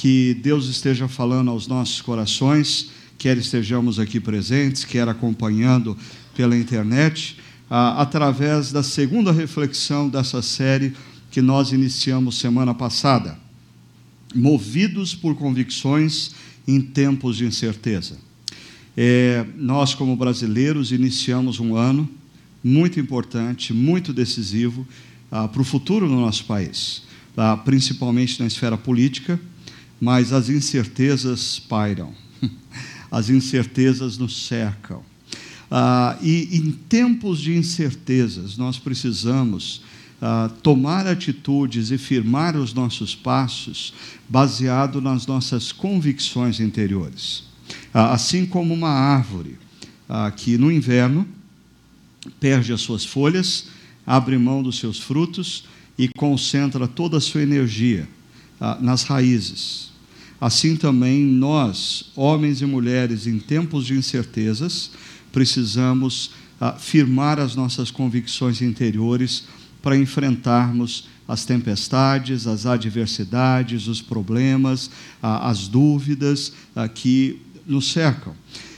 que Deus esteja falando aos nossos corações, quer estejamos aqui presentes, quer acompanhando pela internet, através da segunda reflexão dessa série que nós iniciamos semana passada, Movidos por Convicções em Tempos de Incerteza. Nós, como brasileiros, iniciamos um ano muito importante, muito decisivo para o futuro do nosso país, principalmente na esfera política, mas as incertezas pairam, as incertezas nos cercam. E em tempos de incertezas, nós precisamos tomar atitudes e firmar os nossos passos baseado nas nossas convicções interiores. Assim como uma árvore que no inverno perde as suas folhas, abre mão dos seus frutos e concentra toda a sua energia nas raízes. Assim também nós, homens e mulheres, em tempos de incertezas, precisamos firmar as nossas convicções interiores para enfrentarmos as tempestades, as adversidades, os problemas, as dúvidas que nos cercam.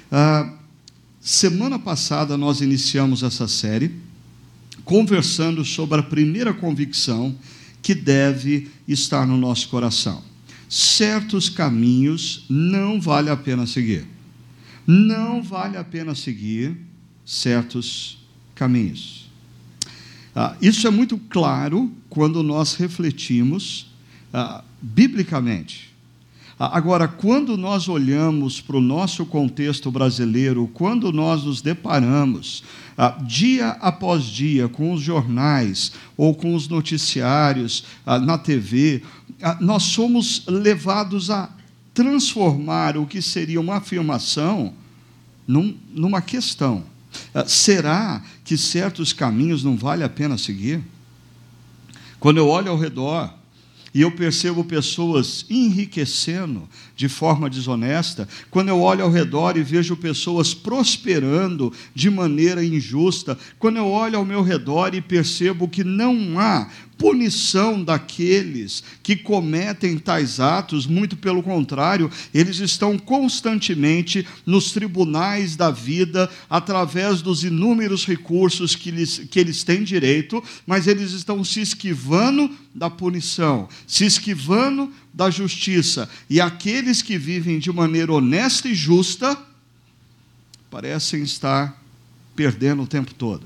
Semana passada nós iniciamos essa série conversando sobre a primeira convicção que deve estar no nosso coração. Certos caminhos não vale a pena seguir. Não vale a pena seguir certos caminhos. Isso é muito claro quando nós refletimos biblicamente. Agora, quando nós olhamos para o nosso contexto brasileiro, quando nós nos deparamos dia após dia com os jornais ou com os noticiários na TV, nós somos levados a transformar o que seria uma afirmação numa questão. Será que certos caminhos não vale a pena seguir? Quando eu olho ao redor e eu percebo pessoas enriquecendo de forma desonesta, quando eu olho ao redor e vejo pessoas prosperando de maneira injusta, quando eu olho ao meu redor e percebo que não há punição daqueles que cometem tais atos, muito pelo contrário, eles estão constantemente nos tribunais da vida, através dos inúmeros recursos que eles têm direito, mas eles estão se esquivando da punição, se esquivando da justiça, e aqueles que vivem de maneira honesta e justa, parecem estar perdendo o tempo todo.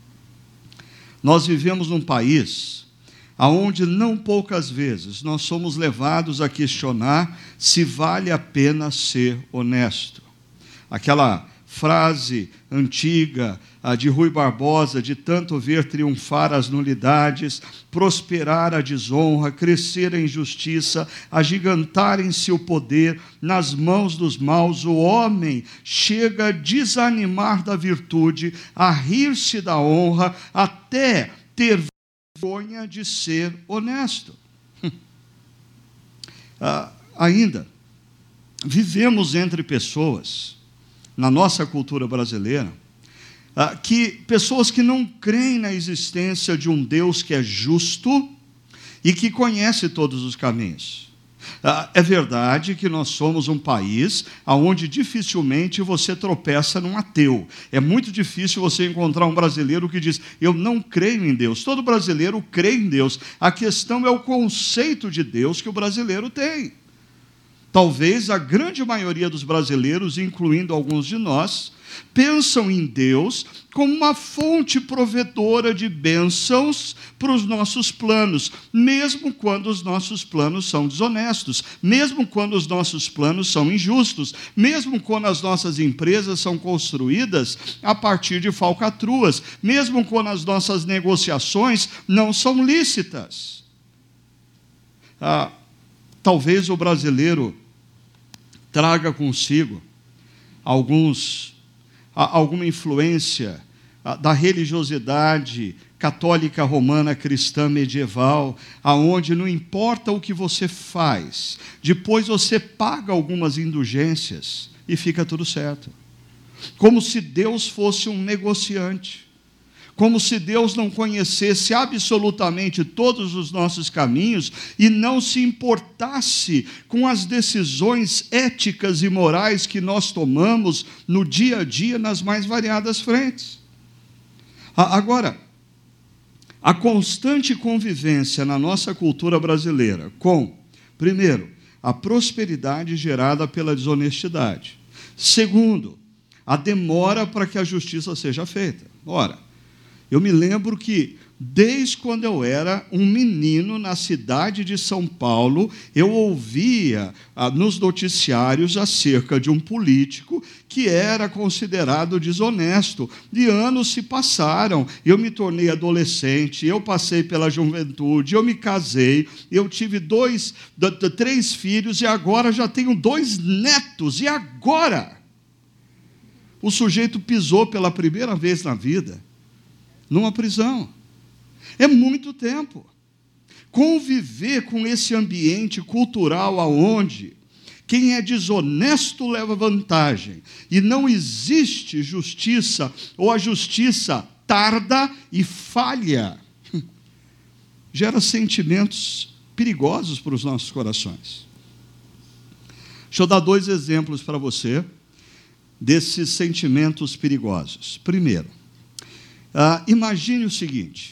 Nós vivemos num país aonde não poucas vezes nós somos levados a questionar se vale a pena ser honesto. Aquela frase antiga de Rui Barbosa, de tanto ver triunfar as nulidades, prosperar a desonra, crescer a injustiça, agigantar em si o poder, nas mãos dos maus, o homem chega a desanimar da virtude, a rir-se da honra, até ter vergonha de ser honesto. Ainda, vivemos entre pessoas, na nossa cultura brasileira, pessoas que não creem na existência de um Deus que é justo e que conhece todos os caminhos. É verdade que nós somos um país onde dificilmente você tropeça num ateu. É muito difícil você encontrar um brasileiro que diz, eu não creio em Deus. Todo brasileiro crê em Deus. A questão é o conceito de Deus que o brasileiro tem. Talvez a grande maioria dos brasileiros, incluindo alguns de nós, pensam em Deus como uma fonte provedora de bênçãos para os nossos planos, mesmo quando os nossos planos são desonestos, mesmo quando os nossos planos são injustos, mesmo quando as nossas empresas são construídas a partir de falcatruas, mesmo quando as nossas negociações não são lícitas. Talvez o brasileiro traga consigo alguma influência da religiosidade católica romana cristã medieval, aonde não importa o que você faz, depois você paga algumas indulgências e fica tudo certo. Como se Deus fosse um negociante. como se Deus não conhecesse absolutamente todos os nossos caminhos e não se importasse com as decisões éticas e morais que nós tomamos no dia a dia nas mais variadas frentes. Agora, a constante convivência na nossa cultura brasileira com, primeiro, a prosperidade gerada pela desonestidade. Segundo, a demora para que a justiça seja feita. Ora, eu me lembro que, desde quando eu era um menino na cidade de São Paulo, eu ouvia nos noticiários acerca de um político que era considerado desonesto. E anos se passaram, eu me tornei adolescente, eu passei pela juventude, eu me casei, eu tive 3 filhos e agora já tenho 2 netos. E agora? O sujeito pisou pela primeira vez na vida numa prisão. É muito tempo. Conviver com esse ambiente cultural aonde quem é desonesto leva vantagem e não existe justiça, ou a justiça tarda e falha, gera sentimentos perigosos para os nossos corações. Deixa eu dar 2 exemplos para você desses sentimentos perigosos. Primeiro, imagine o seguinte: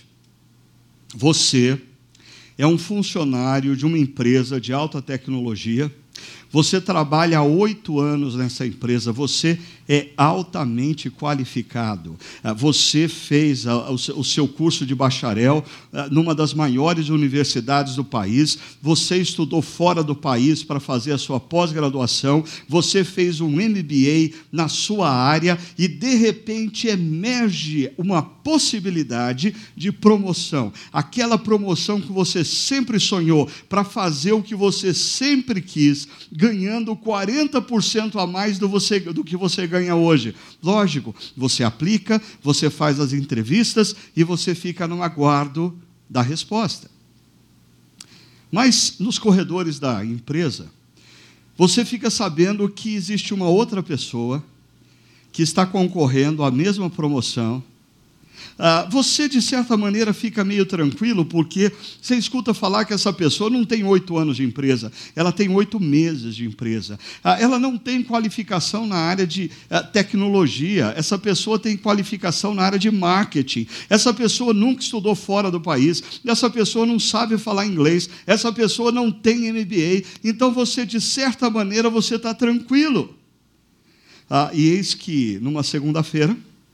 você é um funcionário de uma empresa de alta tecnologia, você trabalha há 8 anos nessa empresa, você é altamente qualificado, você fez o seu curso de bacharel numa das maiores universidades do país, você estudou fora do país para fazer a sua pós-graduação, você fez um MBA na sua área e, de repente, emerge uma possibilidade de promoção. Aquela promoção que você sempre sonhou para fazer o que você sempre quis, ganhando 40% a mais do que você ganha hoje. Lógico, você aplica, você faz as entrevistas e você fica no aguardo da resposta. Mas, nos corredores da empresa, você fica sabendo que existe uma outra pessoa que está concorrendo à mesma promoção. Você, de certa maneira, fica meio tranquilo, porque você escuta falar que essa pessoa não tem 8 anos de empresa, ela tem 8 meses de empresa. Ela não tem qualificação na área de tecnologia, essa pessoa tem qualificação na área de marketing, essa pessoa nunca estudou fora do país, essa pessoa não sabe falar inglês, essa pessoa não tem MBA, então você, de certa maneira, você está tranquilo. E eis que, numa segunda-feira,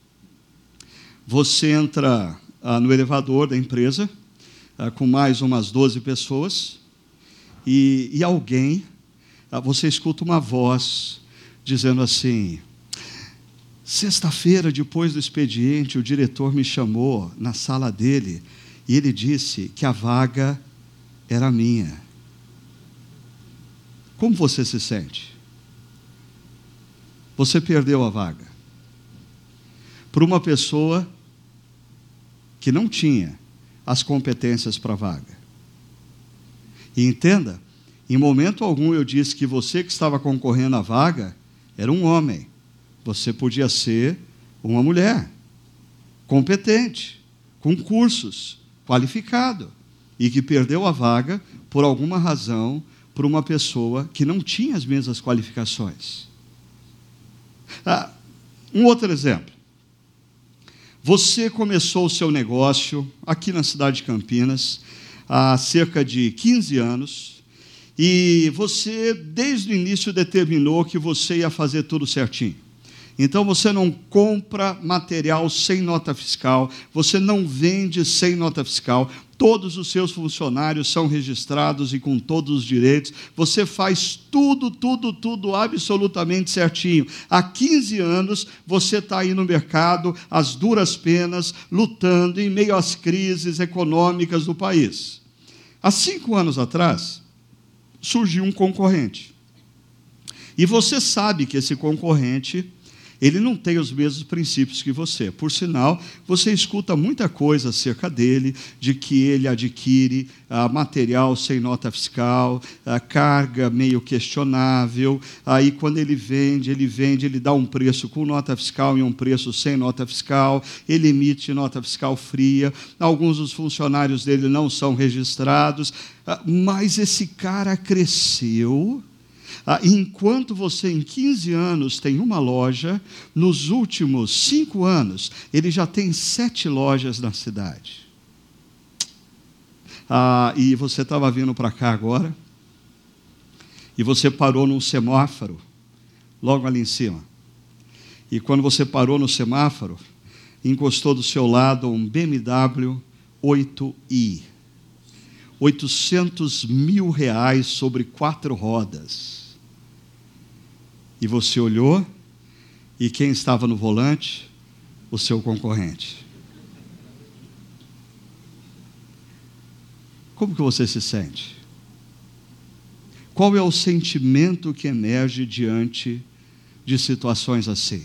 você entra no elevador da empresa com mais umas 12 pessoas e alguém, você escuta uma voz dizendo assim: sexta-feira, depois do expediente, o diretor me chamou na sala dele e ele disse que a vaga era minha. Como você se sente? Você perdeu a vaga para uma pessoa que não tinha as competências para a vaga. E entenda, em momento algum eu disse que você que estava concorrendo à vaga era um homem. Você podia ser uma mulher, competente, com cursos, qualificado, e que perdeu a vaga por alguma razão por uma pessoa que não tinha as mesmas qualificações. Um outro exemplo. Você começou o seu negócio aqui na cidade de Campinas há cerca de 15 anos e você, desde o início, determinou que você ia fazer tudo certinho. Então, você não compra material sem nota fiscal, você não vende sem nota fiscal, todos os seus funcionários são registrados e com todos os direitos, você faz tudo absolutamente certinho. Há 15 anos, você está aí no mercado, às duras penas, lutando em meio às crises econômicas do país. Há 5 anos atrás, surgiu um concorrente. E você sabe que esse concorrente Ele não tem os mesmos princípios que você. Por sinal, você escuta muita coisa acerca dele, de que ele adquire material sem nota fiscal, carga meio questionável. Aí, quando ele vende, ele dá um preço com nota fiscal e um preço sem nota fiscal. Ele emite nota fiscal fria. Alguns dos funcionários dele não são registrados. Mas esse cara cresceu. Enquanto você, em 15 anos, tem uma loja, nos últimos 5 anos, ele já tem 7 lojas na cidade. E você estava vindo para cá agora, e você parou num semáforo, logo ali em cima. E quando você parou no semáforo, encostou do seu lado um BMW 8i. R$800 mil sobre 4 rodas. E você olhou, e quem estava no volante? O seu concorrente. Como que você se sente? Qual é o sentimento que emerge diante de situações assim?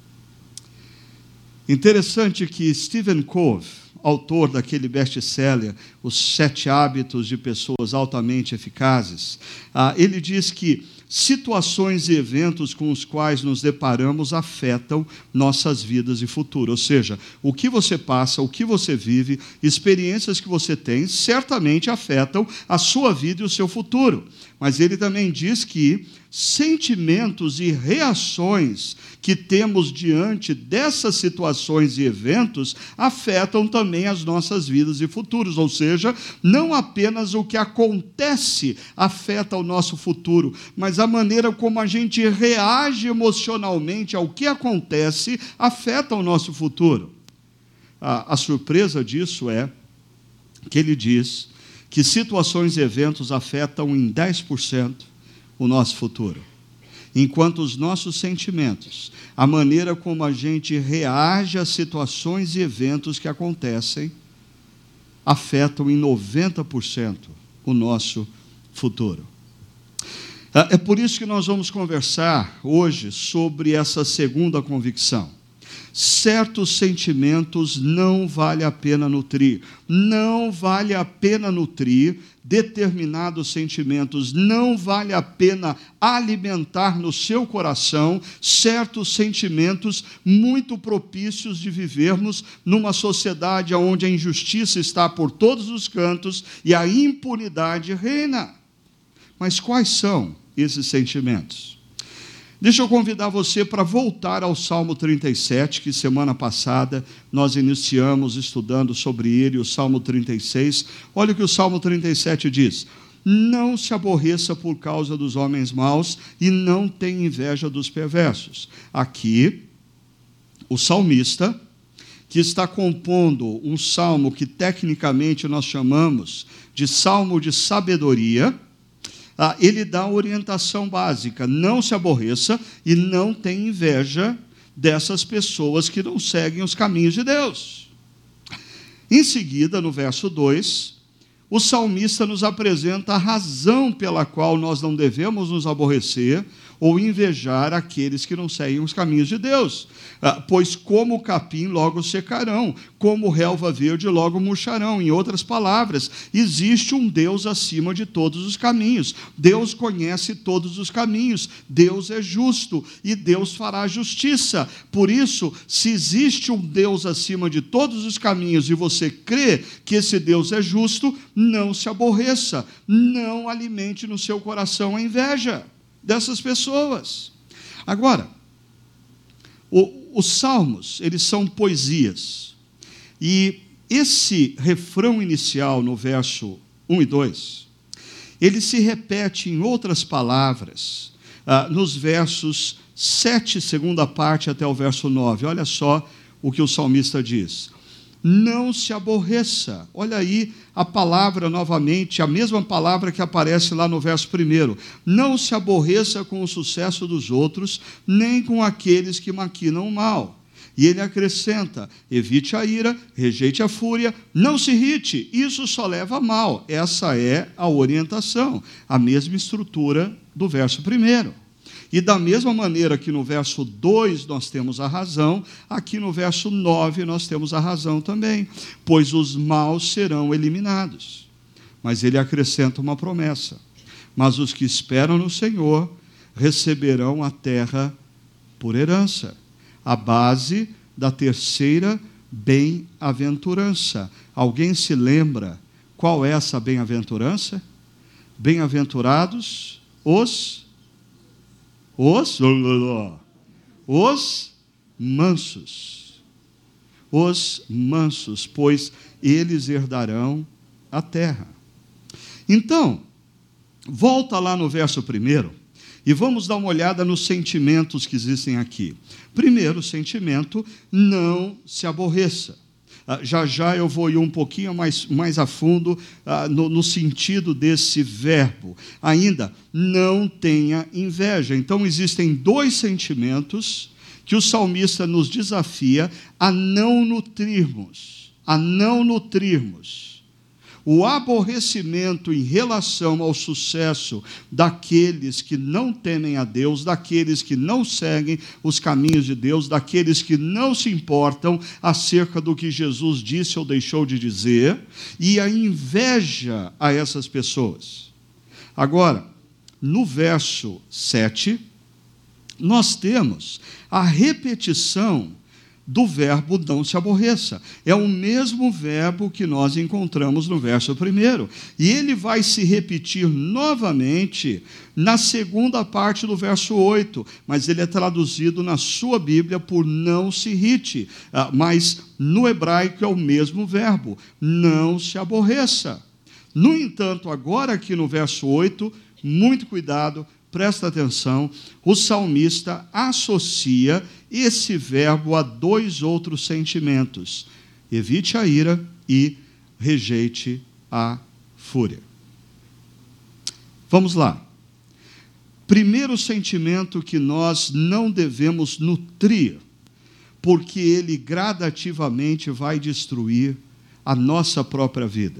Interessante que Stephen Covey, autor daquele best-seller, Os 7 Hábitos de Pessoas Altamente Eficazes, ele diz que situações e eventos com os quais nos deparamos afetam nossas vidas e futuro. Ou seja, o que você passa, o que você vive, experiências que você tem, certamente afetam a sua vida e o seu futuro. Mas ele também diz que sentimentos e reações que temos diante dessas situações e eventos afetam também as nossas vidas e futuros. Ou seja, não apenas o que acontece afeta o nosso futuro, mas a maneira como a gente reage emocionalmente ao que acontece afeta o nosso futuro. A surpresa disso é que ele diz que situações e eventos afetam em 10% o nosso futuro, enquanto os nossos sentimentos, a maneira como a gente reage a situações e eventos que acontecem, afetam em 90% o nosso futuro. É por isso que nós vamos conversar hoje sobre essa segunda convicção. Certos sentimentos não vale a pena nutrir. Não vale a pena nutrir determinados sentimentos. Não vale a pena alimentar no seu coração certos sentimentos muito propícios de vivermos numa sociedade onde a injustiça está por todos os cantos e a impunidade reina. Mas quais são esses sentimentos? Deixa eu convidar você para voltar ao Salmo 37, que semana passada nós iniciamos estudando sobre ele, o Salmo 36. Olha o que o Salmo 37 diz: não se aborreça por causa dos homens maus e não tenha inveja dos perversos. Aqui, o salmista, que está compondo um salmo que tecnicamente nós chamamos de salmo de sabedoria, ele dá a orientação básica: não se aborreça e não tenha inveja dessas pessoas que não seguem os caminhos de Deus. Em seguida, no verso 2, o salmista nos apresenta a razão pela qual nós não devemos nos aborrecer ou invejar aqueles que não seguem os caminhos de Deus. Pois como o capim logo secarão, como relva verde logo murcharão. Em outras palavras, existe um Deus acima de todos os caminhos. Deus conhece todos os caminhos. Deus é justo e Deus fará justiça. Por isso, se existe um Deus acima de todos os caminhos e você crê que esse Deus é justo, não se aborreça, não alimente no seu coração a inveja dessas pessoas. Agora, os salmos, eles são poesias. E esse refrão inicial no verso 1 e 2, ele se repete em outras palavras, nos versos 7, segunda parte, até o verso 9. Olha só o que o salmista diz: não se aborreça. Olha aí a palavra novamente, a mesma palavra que aparece lá no verso 1. Não se aborreça com o sucesso dos outros, nem com aqueles que maquinam o mal. E ele acrescenta: evite a ira, rejeite a fúria, não se irrite, isso só leva a mal. Essa é a orientação, a mesma estrutura do verso 1. E da mesma maneira que no verso 2 nós temos a razão, aqui no verso 9 nós temos a razão também, pois os maus serão eliminados. Mas ele acrescenta uma promessa: mas os que esperam no Senhor receberão a terra por herança. A base da terceira bem-aventurança. Alguém se lembra qual é essa bem-aventurança? Bem-aventurados os mansos. Os mansos, pois eles herdarão a terra. Então, volta lá no verso 1 e vamos dar uma olhada nos sentimentos que existem aqui. Primeiro sentimento: não se aborreça. Já já eu vou ir um pouquinho mais a fundo no sentido desse verbo. Ainda, não tenha inveja. Então, existem dois sentimentos que o salmista nos desafia a não nutrirmos. O aborrecimento em relação ao sucesso daqueles que não temem a Deus, daqueles que não seguem os caminhos de Deus, daqueles que não se importam acerca do que Jesus disse ou deixou de dizer, e a inveja a essas pessoas. Agora, no verso 7, nós temos a repetição do verbo não se aborreça. É o mesmo verbo que nós encontramos no verso 1. E ele vai se repetir novamente na segunda parte do verso 8. Mas ele é traduzido na sua Bíblia por não se irrite. Mas no hebraico é o mesmo verbo, não se aborreça. No entanto, agora aqui no verso 8, muito cuidado, presta atenção, o salmista associa esse verbo a dois outros sentimentos: evite a ira e rejeite a fúria. Vamos lá. Primeiro sentimento que nós não devemos nutrir, porque ele gradativamente vai destruir a nossa própria vida.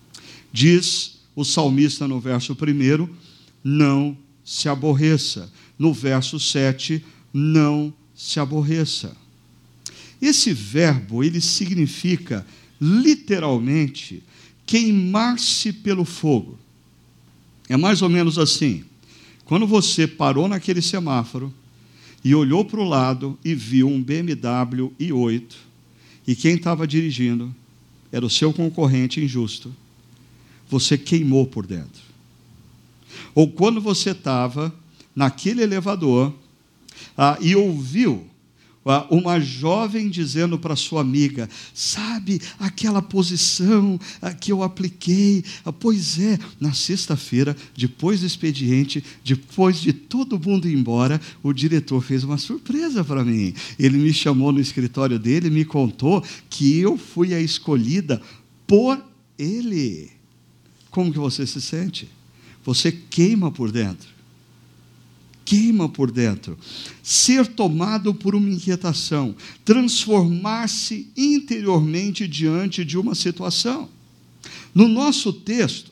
Diz o salmista no verso 1, não se aborreça. No verso 7, não se aborreça. Esse verbo, ele significa, literalmente, queimar-se pelo fogo. É mais ou menos assim: quando você parou naquele semáforo e olhou para o lado e viu um BMW i8, e quem estava dirigindo era o seu concorrente injusto, você queimou por dentro. Ou quando você estava naquele elevador e ouviu uma jovem dizendo para sua amiga: sabe aquela posição que eu apliquei? Pois é, na sexta-feira, depois do expediente, depois de todo mundo ir embora, o diretor fez uma surpresa para mim. Ele me chamou no escritório dele e me contou que eu fui a escolhida por ele. Como que você se sente? Você queima por dentro. Queima por dentro. Ser tomado por uma inquietação. Transformar-se interiormente diante de uma situação. No nosso texto,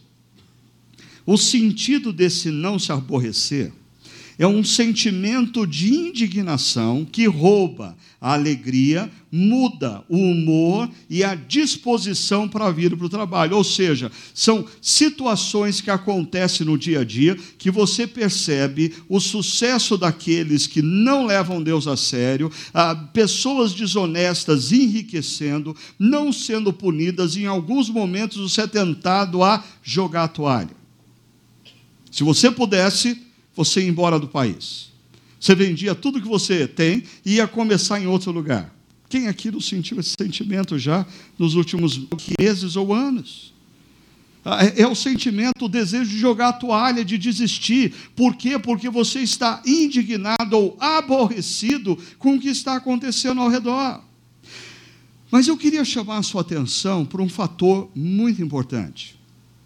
o sentido desse não se aborrecer é um sentimento de indignação que rouba a alegria, muda o humor e a disposição para vir para o trabalho. Ou seja, são situações que acontecem no dia a dia que você percebe o sucesso daqueles que não levam Deus a sério, pessoas desonestas enriquecendo, não sendo punidas, e em alguns momentos você é tentado a jogar a toalha. Se você pudesse, você ia embora do país. Você vendia tudo que você tem e ia começar em outro lugar. Quem aqui não sentiu esse sentimento já nos últimos meses ou anos? É o sentimento, o desejo de jogar a toalha, de desistir. Por quê? Porque você está indignado ou aborrecido com o que está acontecendo ao redor. Mas eu queria chamar a sua atenção para um fator muito importante.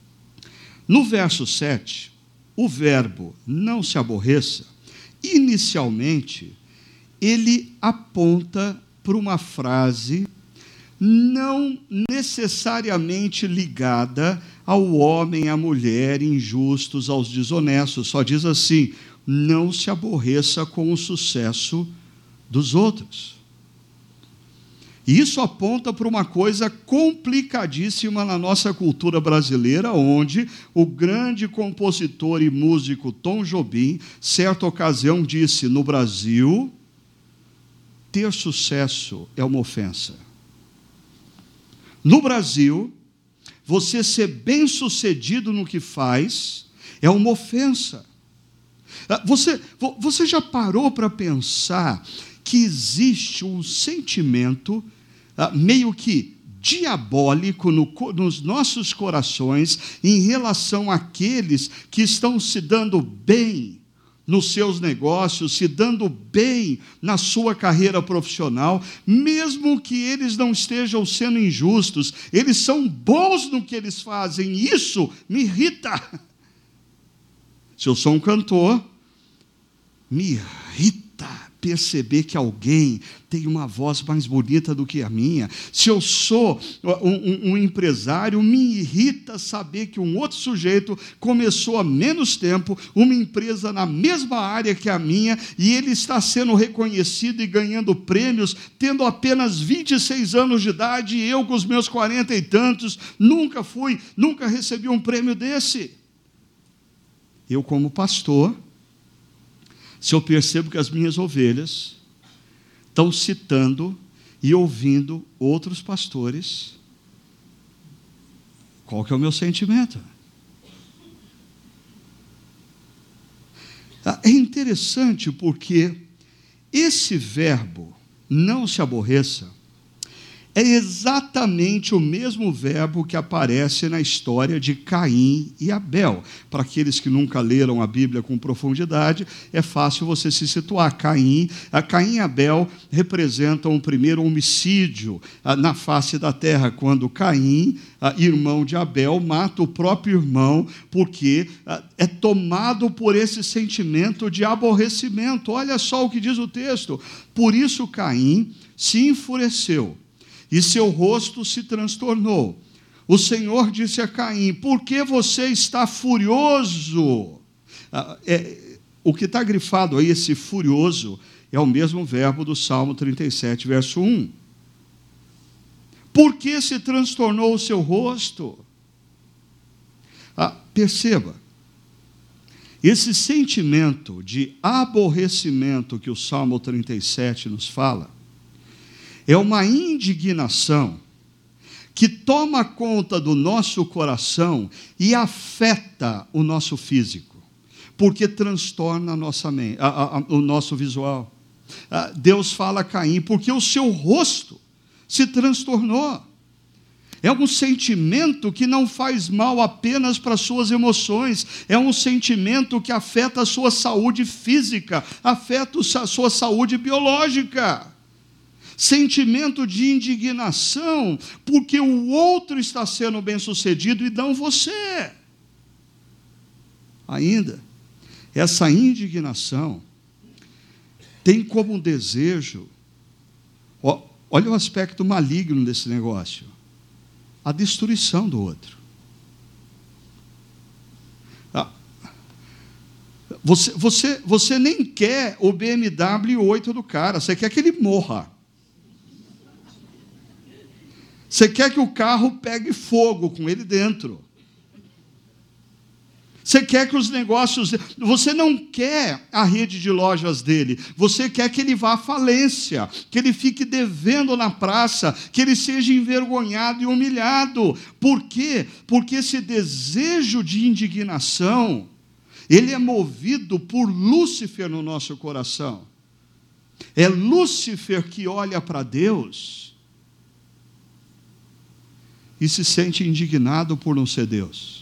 No verso 7, o verbo não se aborreça, inicialmente, ele aponta para uma frase não necessariamente ligada ao homem, à mulher, injustos, aos desonestos. Só diz assim: não se aborreça com o sucesso dos outros. E isso aponta para uma coisa complicadíssima na nossa cultura brasileira, onde o grande compositor e músico Tom Jobim, certa ocasião, disse: no Brasil, ter sucesso é uma ofensa. No Brasil, você ser bem-sucedido no que faz é uma ofensa. Você já parou para pensar que existe um sentimento meio que diabólico nos nossos corações em relação àqueles que estão se dando bem nos seus negócios, se dando bem na sua carreira profissional, mesmo que eles não estejam sendo injustos, eles são bons no que eles fazem, e isso me irrita. Se eu sou um cantor, me irrita perceber que alguém tem uma voz mais bonita do que a minha. Se eu sou um empresário, me irrita saber que um outro sujeito começou há menos tempo uma empresa na mesma área que a minha e ele está sendo reconhecido e ganhando prêmios, tendo apenas 26 anos de idade, e eu com os meus 40 e tantos, nunca recebi um prêmio desse. Eu, como pastor, se eu percebo que as minhas ovelhas estão citando e ouvindo outros pastores, qual que é o meu sentimento? É interessante porque esse verbo, não se aborreça, é exatamente o mesmo verbo que aparece na história de Caim e Abel. Para aqueles que nunca leram a Bíblia com profundidade, é fácil você se situar. Caim e Abel representam o primeiro homicídio na face da terra, quando Caim, irmão de Abel, mata o próprio irmão, porque é tomado por esse sentimento de aborrecimento. Olha só o que diz o texto: por isso Caim se enfureceu, e seu rosto se transtornou. O Senhor disse a Caim: por que você está furioso? O que está grifado aí, esse furioso, é o mesmo verbo do Salmo 37, verso 1. Por que se transtornou o seu rosto? Perceba, esse sentimento de aborrecimento que o Salmo 37 nos fala, é uma indignação que toma conta do nosso coração e afeta o nosso físico, porque transtorna a nossa mente, o nosso visual. Deus fala a Caim: porque o seu rosto se transtornou. É um sentimento que não faz mal apenas para as suas emoções, é um sentimento que afeta a sua saúde física, afeta a sua saúde biológica. Sentimento de indignação, porque o outro está sendo bem-sucedido e não você. Ainda, essa indignação tem como desejo, olha o aspecto maligno desse negócio, a destruição do outro. Você nem quer o BMW 8 do cara, você quer que ele morra. Você quer que o carro pegue fogo com ele dentro. Você quer que os negócios... Você não quer a rede de lojas dele. Você quer que ele vá à falência, que ele fique devendo na praça, que ele seja envergonhado e humilhado. Por quê? Porque esse desejo de indignação, ele é movido por Lúcifer no nosso coração. É Lúcifer que olha para Deus e se sente indignado por não ser Deus.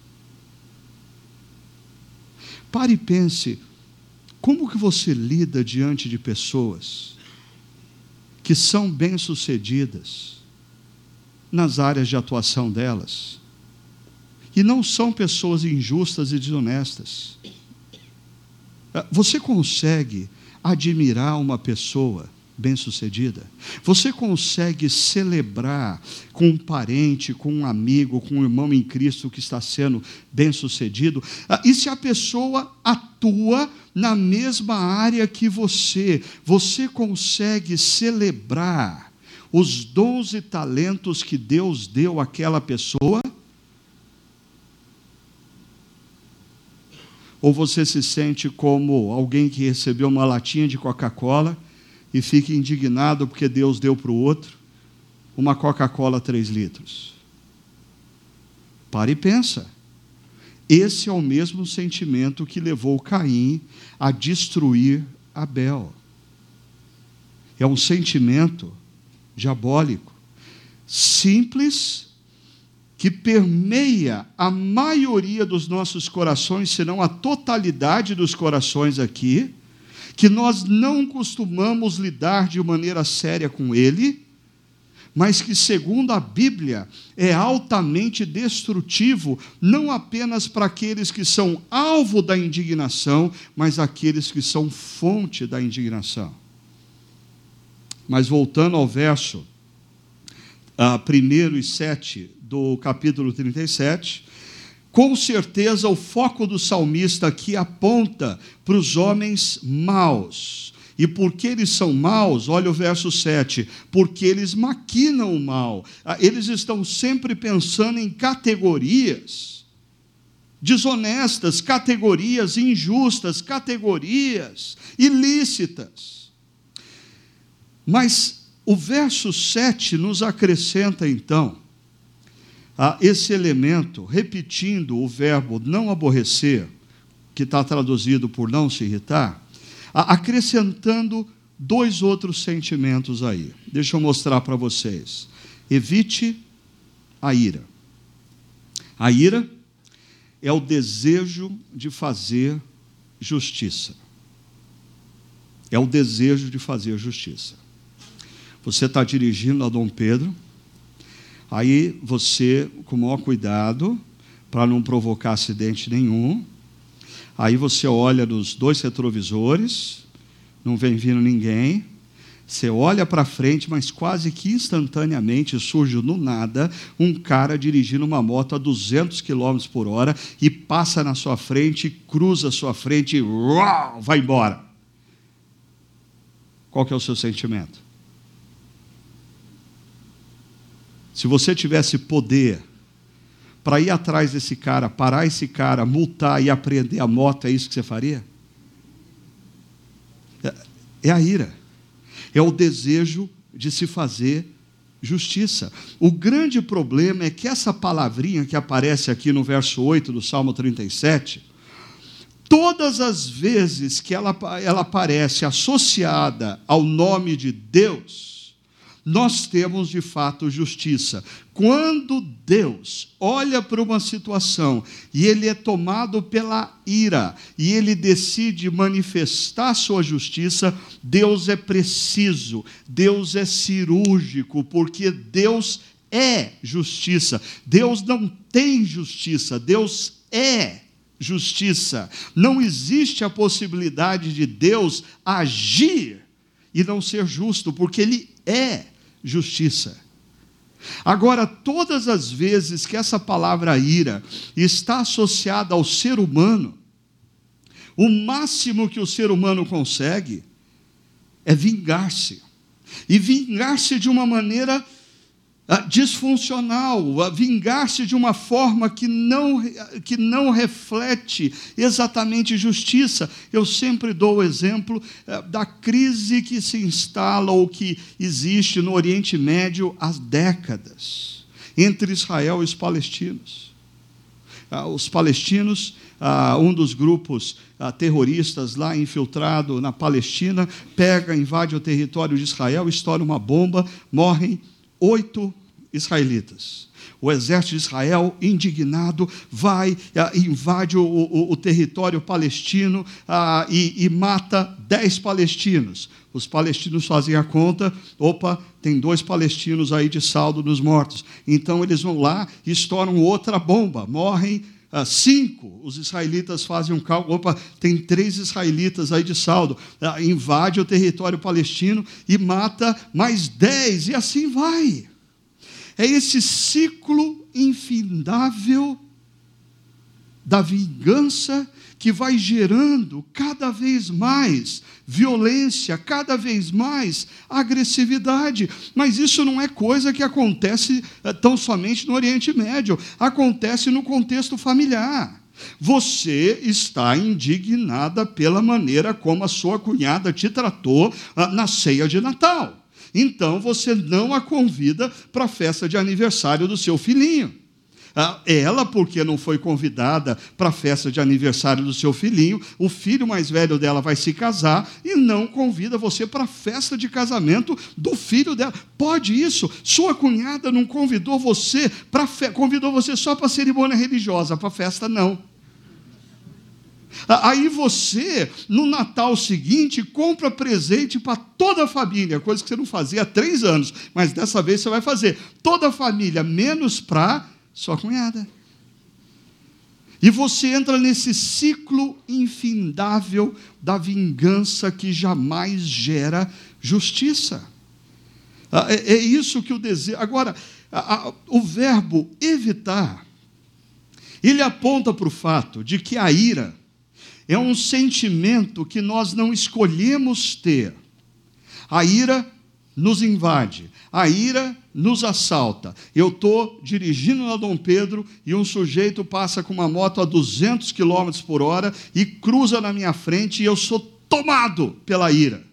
Pare e pense, como que você lida diante de pessoas que são bem-sucedidas nas áreas de atuação delas e não são pessoas injustas e desonestas? Você consegue admirar uma pessoa bem-sucedida? Você consegue celebrar com um parente, com um amigo, com um irmão em Cristo que está sendo bem-sucedido? E se a pessoa atua na mesma área que você consegue celebrar os dons e talentos que Deus deu àquela pessoa? Ou você se sente como alguém que recebeu uma latinha de Coca-Cola e fica indignado porque Deus deu para o outro uma Coca-Cola 3 litros? Para e pensa. Esse é o mesmo sentimento que levou Caim a destruir Abel. É um sentimento diabólico, simples, que permeia a maioria dos nossos corações, se não a totalidade dos corações aqui, que nós não costumamos lidar de maneira séria com ele, mas que, segundo a Bíblia, é altamente destrutivo, não apenas para aqueles que são alvo da indignação, mas aqueles que são fonte da indignação. Mas voltando ao verso 1 e 7 do capítulo 37, com certeza o foco do salmista aqui aponta para os homens maus. E por que eles são maus? Olha o verso 7. Porque eles maquinam o mal. Eles estão sempre pensando em categorias desonestas, categorias injustas, categorias ilícitas. Mas o verso 7 nos acrescenta, então, esse elemento, repetindo o verbo não aborrecer, que está traduzido por não se irritar, acrescentando 2 outros sentimentos aí. Deixa eu mostrar para vocês. Evite a ira. A ira é o desejo de fazer justiça. É o desejo de fazer justiça. Você está dirigindo a Dom Pedro, aí você, com o maior cuidado, para não provocar acidente nenhum, aí você olha nos 2 retrovisores, não vem vindo ninguém, você olha para frente, mas quase que instantaneamente surge do nada um cara dirigindo uma moto a 200 km por hora e passa na sua frente, cruza a sua frente e vai embora. Qual que é o seu sentimento? Se você tivesse poder para ir atrás desse cara, parar esse cara, multar e apreender a moto, é isso que você faria? É a ira. É o desejo de se fazer justiça. O grande problema é que essa palavrinha que aparece aqui no verso 8 do Salmo 37, todas as vezes que ela aparece associada ao nome de Deus, nós temos de fato justiça. Quando Deus olha para uma situação e ele é tomado pela ira e ele decide manifestar sua justiça, Deus é preciso, Deus é cirúrgico, porque Deus é justiça. Deus não tem justiça, Deus é justiça. Não existe a possibilidade de Deus agir e não ser justo, porque ele é justiça. Agora, todas as vezes que essa palavra ira está associada ao ser humano, o máximo que o ser humano consegue é vingar-se. E vingar-se de uma maneira disfuncional, vingar-se de uma forma que não reflete exatamente justiça. Eu sempre dou o exemplo da crise que se instala ou que existe no Oriente Médio há décadas, entre Israel e os palestinos. Os palestinos, um dos grupos terroristas lá infiltrado na Palestina, invade o território de Israel, estoura uma bomba, morrem 8 israelitas. O exército de Israel, indignado, vai, invade o território palestino e mata 10 palestinos. Os palestinos fazem a conta, tem 2 palestinos aí de saldo nos mortos. Então eles vão lá e estouram outra bomba, morrem 5, os israelitas fazem um cálculo, opa, tem 3 israelitas aí de saldo, invade o território palestino e mata mais 10, e assim vai. É esse ciclo infindável da vingança que vai gerando cada vez mais violência, cada vez mais agressividade. Mas isso não é coisa que acontece tão somente no Oriente Médio, acontece no contexto familiar. Você está indignada pela maneira como a sua cunhada te tratou na ceia de Natal. Então você não a convida para a festa de aniversário do seu filhinho. Ela, porque não foi convidada para a festa de aniversário do seu filhinho, o filho mais velho dela vai se casar e não convida você para a festa de casamento do filho dela. Pode isso? Sua cunhada não convidou você convidou você só para a cerimônia religiosa, para a festa não. Aí você, no Natal seguinte, compra presente para toda a família, coisa que você não fazia há 3 anos, mas dessa vez você vai fazer. Toda a família, menos para sua cunhada. E você entra nesse ciclo infindável da vingança que jamais gera justiça. É isso que o desejo. Agora, o verbo evitar, ele aponta para o fato de que a ira é um sentimento que nós não escolhemos ter. A ira nos invade, a ira nos assalta. Eu estou dirigindo na Dom Pedro e um sujeito passa com uma moto a 200 km por hora e cruza na minha frente e eu sou tomado pela ira.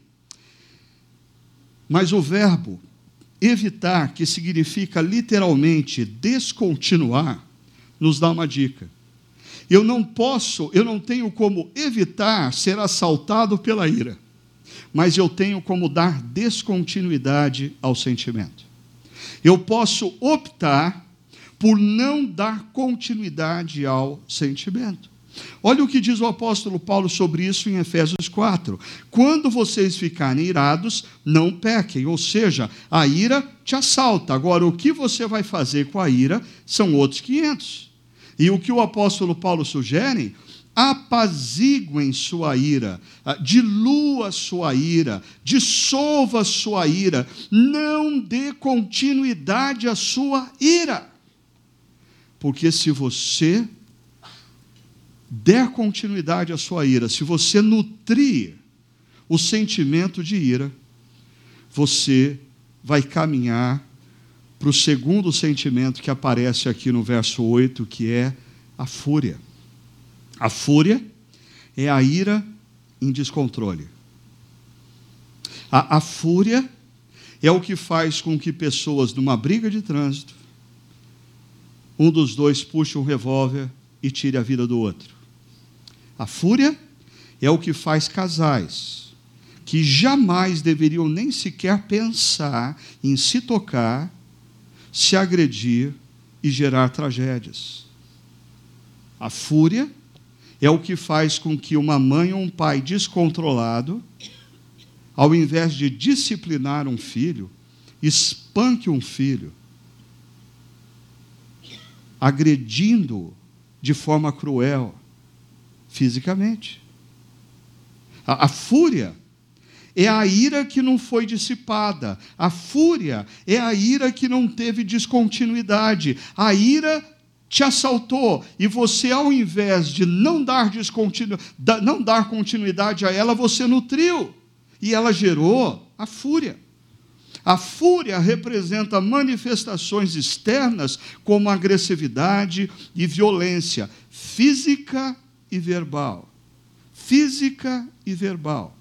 Mas o verbo evitar, que significa literalmente descontinuar, nos dá uma dica. Eu não tenho como evitar ser assaltado pela ira, mas eu tenho como dar descontinuidade ao sentimento. Eu posso optar por não dar continuidade ao sentimento. Olha o que diz o apóstolo Paulo sobre isso em Efésios 4. Quando vocês ficarem irados, não pequem, ou seja, a ira te assalta. Agora, o que você vai fazer com a ira são outros 500. E o que o apóstolo Paulo sugere? Apaziguem sua ira, dilua sua ira, dissolva sua ira, não dê continuidade à sua ira. Porque se você der continuidade à sua ira, se você nutrir o sentimento de ira, você vai caminhar para o segundo sentimento que aparece aqui no verso 8, que é a fúria. A fúria é a ira em descontrole. A fúria é o que faz com que pessoas, numa briga de trânsito, um dos dois puxe um revólver e tire a vida do outro. A fúria é o que faz casais que jamais deveriam nem sequer pensar em se tocar, se agredir e gerar tragédias. A fúria é o que faz com que uma mãe ou um pai descontrolado, ao invés de disciplinar um filho, espanque um filho, agredindo de forma cruel, fisicamente. A fúria é a ira que não foi dissipada. A fúria é a ira que não teve descontinuidade. A ira te assaltou e você, ao invés de não dar continuidade a ela, você nutriu. E ela gerou a fúria. A fúria representa manifestações externas como agressividade e violência, física e verbal. Física e verbal.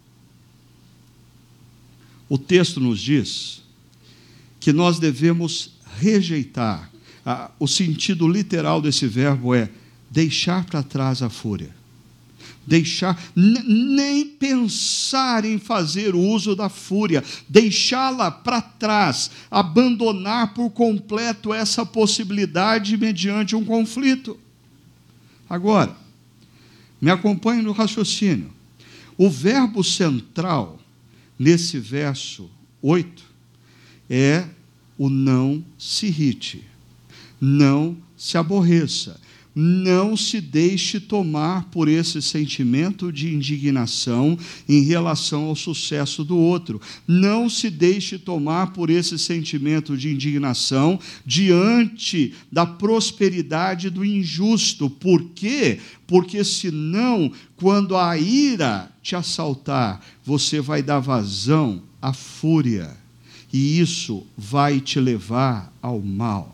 O texto nos diz que nós devemos rejeitar. O sentido literal desse verbo é deixar para trás a fúria. Deixar, nem pensar em fazer uso da fúria, deixá-la para trás, abandonar por completo essa possibilidade mediante um conflito. Agora, me acompanhe no raciocínio. O verbo central nesse verso 8 é o não se irrite. Não se aborreça, não se deixe tomar por esse sentimento de indignação em relação ao sucesso do outro. Não se deixe tomar por esse sentimento de indignação diante da prosperidade do injusto. Por quê? Porque senão, quando a ira te assaltar, você vai dar vazão à fúria, e isso vai te levar ao mal.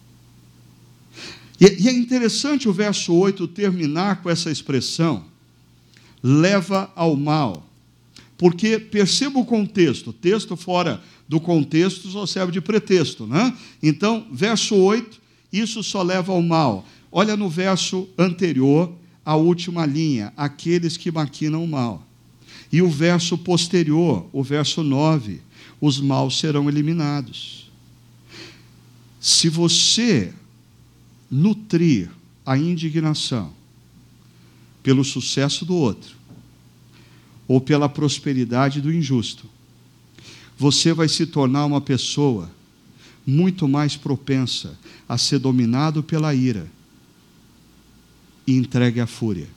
E é interessante o verso 8 terminar com essa expressão, leva ao mal, porque perceba o contexto. Texto fora do contexto só serve de pretexto, né? Então, verso 8, isso só leva ao mal. Olha no verso anterior, a última linha, aqueles que maquinam o mal. E o verso posterior, o verso 9, os maus serão eliminados. Se você nutrir a indignação pelo sucesso do outro ou pela prosperidade do injusto, você vai se tornar uma pessoa muito mais propensa a ser dominado pela ira e entregue à fúria.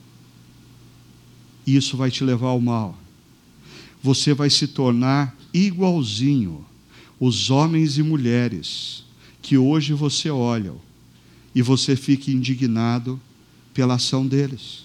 Isso vai te levar ao mal. Você vai se tornar igualzinho os homens e mulheres que hoje você olha e você fica indignado pela ação deles.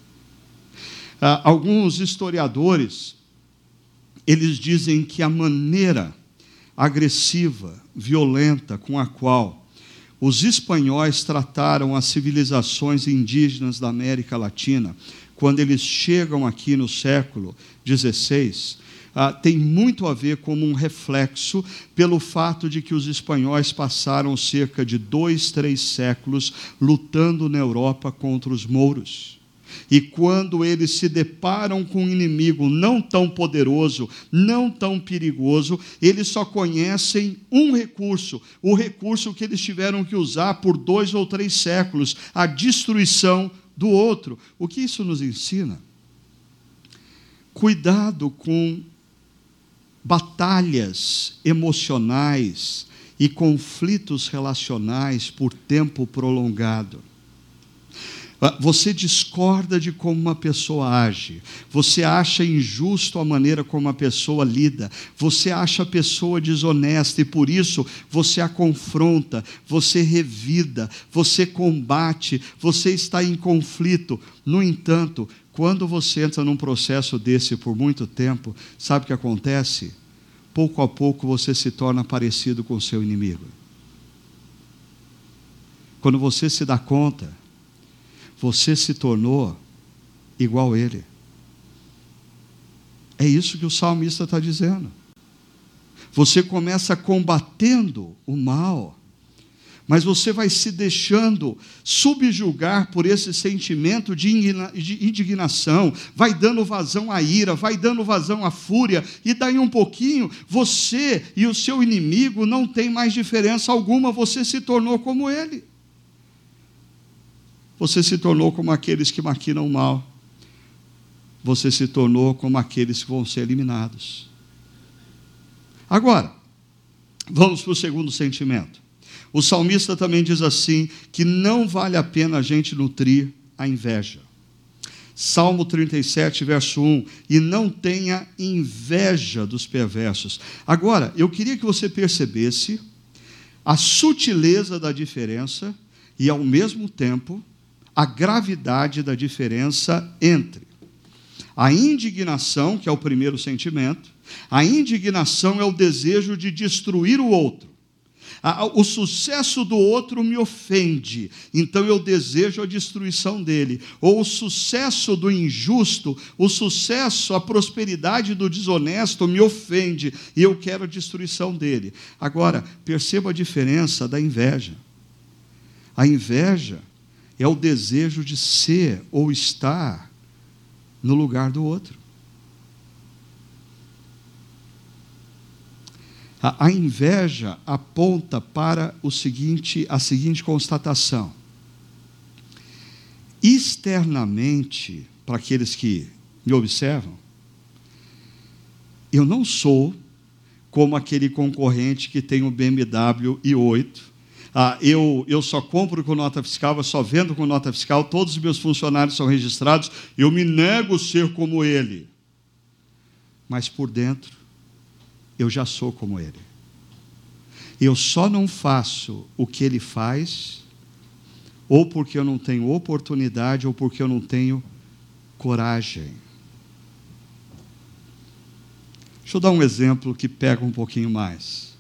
Alguns historiadores, eles dizem que a maneira agressiva, violenta com a qual os espanhóis trataram as civilizações indígenas da América Latina, quando eles chegam aqui no século XVI, tem muito a ver como um reflexo pelo fato de que os espanhóis passaram cerca de 2, 3 séculos lutando na Europa contra os mouros. E quando eles se deparam com um inimigo não tão poderoso, não tão perigoso, eles só conhecem um recurso, o recurso que eles tiveram que usar por 2 ou 3 séculos, a destruição do outro. O que isso nos ensina? Cuidado com batalhas emocionais e conflitos relacionais por tempo prolongado. Você discorda de como uma pessoa age, você acha injusto a maneira como a pessoa lida, você acha a pessoa desonesta e por isso você a confronta, você revida, você combate, você está em conflito. No entanto, quando você entra num processo desse por muito tempo, sabe o que acontece? Pouco a pouco você se torna parecido com o seu inimigo. Quando você se dá conta, você se tornou igual a ele. É isso que o salmista está dizendo. Você começa combatendo o mal, mas você vai se deixando subjugar por esse sentimento de indignação, vai dando vazão à ira, vai dando vazão à fúria, e daí um pouquinho, você e o seu inimigo não tem mais diferença alguma, você se tornou como ele. Você se tornou como aqueles que maquinam o mal. Você se tornou como aqueles que vão ser eliminados. Agora, vamos para o segundo sentimento. O salmista também diz assim, que não vale a pena a gente nutrir a inveja. Salmo 37, verso 1, e não tenha inveja dos perversos. Agora, eu queria que você percebesse a sutileza da diferença e, ao mesmo tempo, a gravidade da diferença entre a indignação, que é o primeiro sentimento. A indignação é o desejo de destruir o outro. O sucesso do outro me ofende, então eu desejo a destruição dele. Ou o sucesso do injusto, o sucesso, a prosperidade do desonesto me ofende, e eu quero a destruição dele. Agora, perceba a diferença da inveja. A inveja é o desejo de ser ou estar no lugar do outro. A inveja aponta para a seguinte constatação. Externamente, para aqueles que me observam, eu não sou como aquele concorrente que tem o BMW i8, Eu só compro com nota fiscal, eu só vendo com nota fiscal, todos os meus funcionários são registrados, eu me nego a ser como ele. Mas por dentro, eu já sou como ele. Eu só não faço o que ele faz, ou porque eu não tenho oportunidade, ou porque eu não tenho coragem. Deixa eu dar um exemplo que pega um pouquinho mais.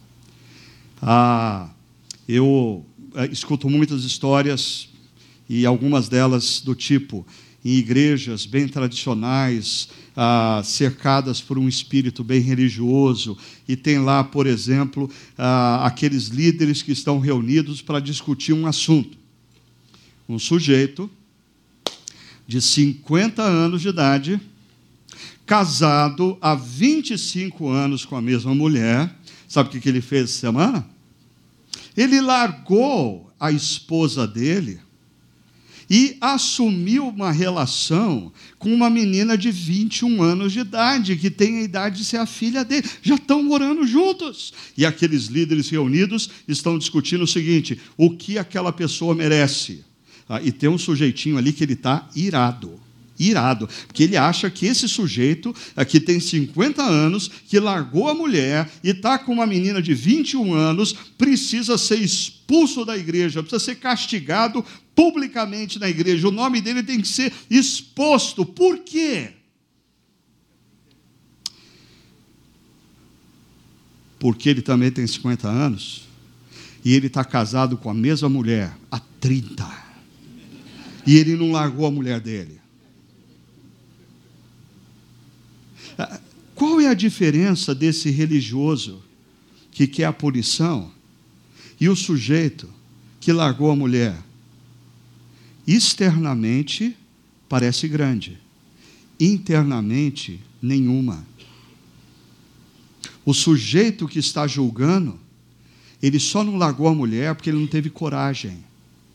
Eu escuto muitas histórias, e algumas delas do tipo, em igrejas bem tradicionais, cercadas por um espírito bem religioso, e tem lá, por exemplo, aqueles líderes que estão reunidos para discutir um assunto. Um sujeito de 50 anos de idade, casado há 25 anos com a mesma mulher. Sabe o que ele fez essa semana? Ele largou a esposa dele e assumiu uma relação com uma menina de 21 anos de idade, que tem a idade de ser a filha dele. Já estão morando juntos. E aqueles líderes reunidos estão discutindo o seguinte: o que aquela pessoa merece? E tem um sujeitinho ali que ele está irado, porque ele acha que esse sujeito, que tem 50 anos, que largou a mulher e está com uma menina de 21 anos, precisa ser expulso da igreja, precisa ser castigado publicamente na igreja. O nome dele tem que ser exposto. Por quê? Porque ele também tem 50 anos e ele está casado com a mesma mulher há 30. E ele não largou a mulher dele. Qual é a diferença desse religioso que quer a punição e o sujeito que largou a mulher? Externamente parece grande, internamente nenhuma. O sujeito que está julgando, ele só não largou a mulher porque ele não teve coragem.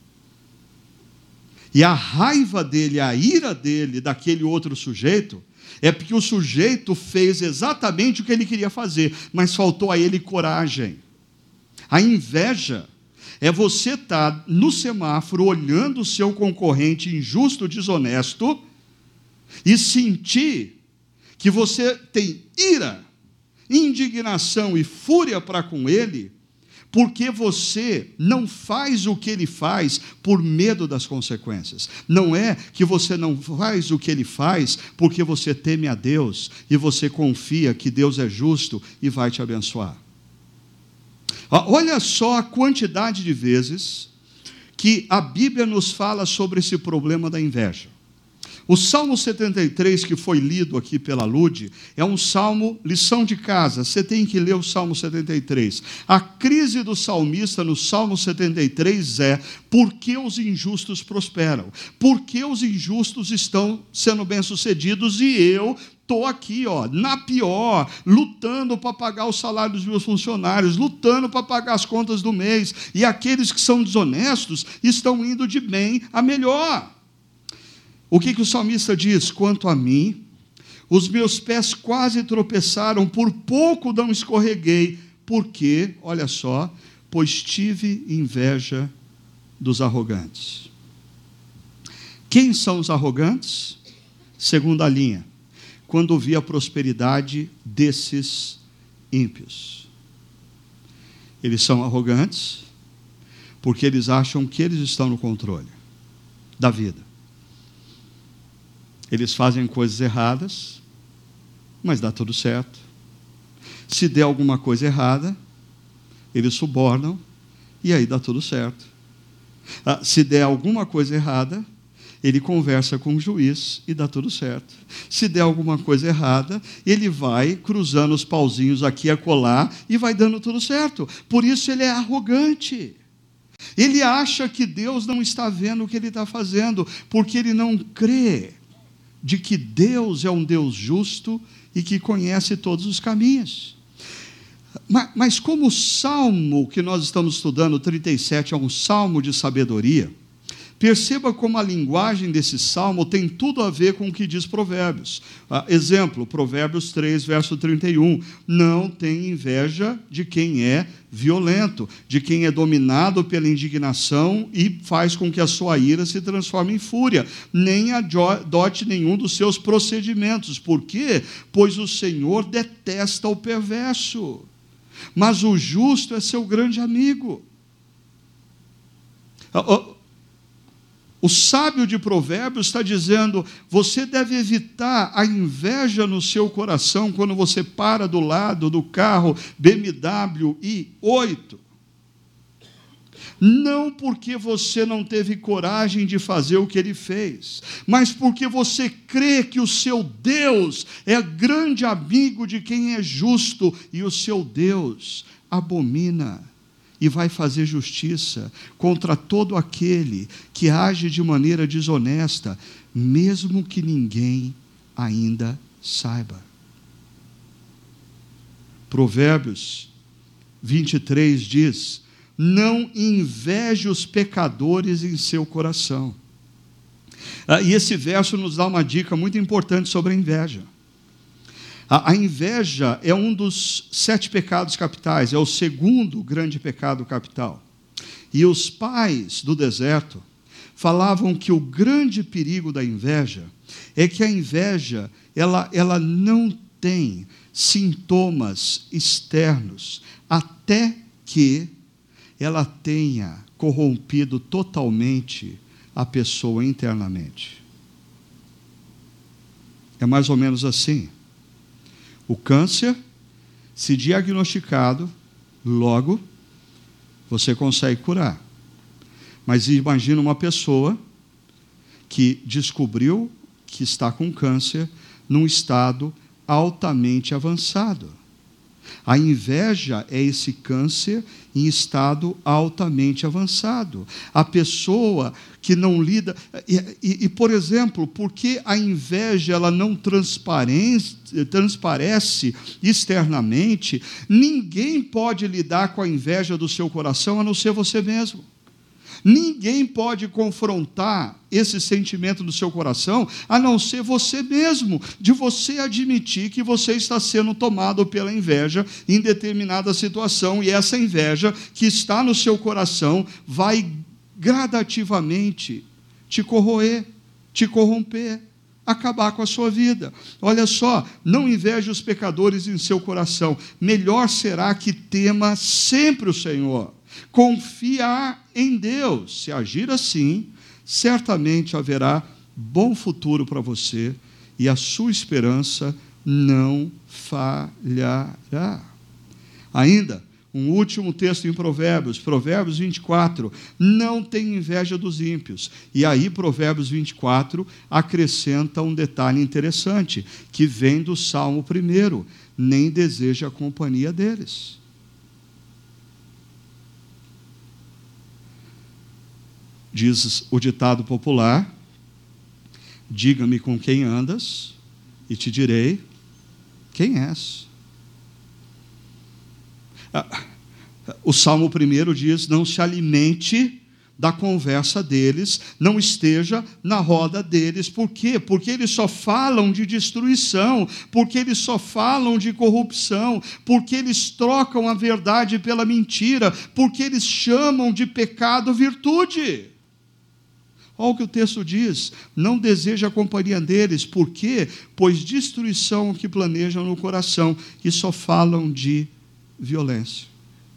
E a raiva dele, a ira dele, daquele outro sujeito, é porque o sujeito fez exatamente o que ele queria fazer, mas faltou a ele coragem. A inveja é você estar no semáforo olhando o seu concorrente injusto, desonesto, e sentir que você tem ira, indignação e fúria para com ele, porque você não faz o que ele faz por medo das consequências. Não é que você não faz o que ele faz porque você teme a Deus e você confia que Deus é justo e vai te abençoar. Olha só a quantidade de vezes que a Bíblia nos fala sobre esse problema da inveja. O Salmo 73, que foi lido aqui pela Lude, é um salmo, lição de casa, você tem que ler o Salmo 73. A crise do salmista no Salmo 73 é: por que os injustos prosperam? Por que os injustos estão sendo bem-sucedidos e eu estou aqui, na pior, lutando para pagar o salário dos meus funcionários, lutando para pagar as contas do mês, e aqueles que são desonestos estão indo de bem a melhor. O que o salmista diz? Quanto a mim, os meus pés quase tropeçaram, por pouco não escorreguei, porque, olha só, pois tive inveja dos arrogantes. Quem são os arrogantes? Segunda linha, quando vi a prosperidade desses ímpios. Eles são arrogantes porque eles acham que eles estão no controle da vida. Eles fazem coisas erradas, mas dá tudo certo. Se der alguma coisa errada, eles subornam, e aí dá tudo certo. Se der alguma coisa errada, ele conversa com o juiz e dá tudo certo. Se der alguma coisa errada, ele vai cruzando os pauzinhos aqui e acolá e vai dando tudo certo. Por isso ele é arrogante. Ele acha que Deus não está vendo o que ele está fazendo, porque ele não crê de que Deus é um Deus justo e que conhece todos os caminhos. Mas como o salmo que nós estamos estudando, 37, é um salmo de sabedoria, Perceba como a linguagem desse salmo tem tudo a ver com o que diz Provérbios. Exemplo, Provérbios 3, verso 31. Não tem inveja de quem é violento, de quem é dominado pela indignação e faz com que a sua ira se transforme em fúria, nem adote nenhum dos seus procedimentos. Por quê? Pois o Senhor detesta o perverso, mas o justo é seu grande amigo. O sábio de Provérbios está dizendo, você deve evitar a inveja no seu coração quando você para do lado do carro BMW i8. Não porque você não teve coragem de fazer o que ele fez, mas porque você crê que o seu Deus é grande amigo de quem é justo, e o seu Deus abomina e vai fazer justiça contra todo aquele que age de maneira desonesta, mesmo que ninguém ainda saiba. Provérbios 23 diz, não inveje os pecadores em seu coração. E esse verso nos dá uma dica muito importante sobre a inveja. A inveja é um dos 7 pecados capitais, é o segundo grande pecado capital. E os pais do deserto falavam que o grande perigo da inveja é que a inveja ela não tem sintomas externos até que ela tenha corrompido totalmente a pessoa internamente. É mais ou menos assim. O câncer, se diagnosticado, logo você consegue curar. Mas imagina uma pessoa que descobriu que está com câncer num estado altamente avançado. A inveja é esse câncer em estado altamente avançado. A pessoa que não lida... por exemplo, porque a inveja ela não transparece externamente, ninguém pode lidar com a inveja do seu coração a não ser você mesmo. Ninguém pode confrontar esse sentimento do seu coração, a não ser você mesmo, de você admitir que você está sendo tomado pela inveja em determinada situação, e essa inveja que está no seu coração vai gradativamente te corroer, te corromper, acabar com a sua vida. Olha só, não inveje os pecadores em seu coração, melhor será que tema sempre o Senhor. Confiar em Deus. Se agir assim, certamente haverá bom futuro para você e a sua esperança não falhará. Ainda, um último texto em Provérbios, Provérbios 24, não tem inveja dos ímpios. E aí Provérbios 24 acrescenta um detalhe interessante, que vem do Salmo 1, nem deseja a companhia deles. Diz o ditado popular, diga-me com quem andas, e te direi quem és. O Salmo 1 diz, não se alimente da conversa deles, não esteja na roda deles. Por quê? Porque eles só falam de destruição, porque eles só falam de corrupção, porque eles trocam a verdade pela mentira, porque eles chamam de pecado virtude. Olha o que o texto diz, não deseja a companhia deles, por quê? Pois destruição o que planejam no coração, e só falam de violência.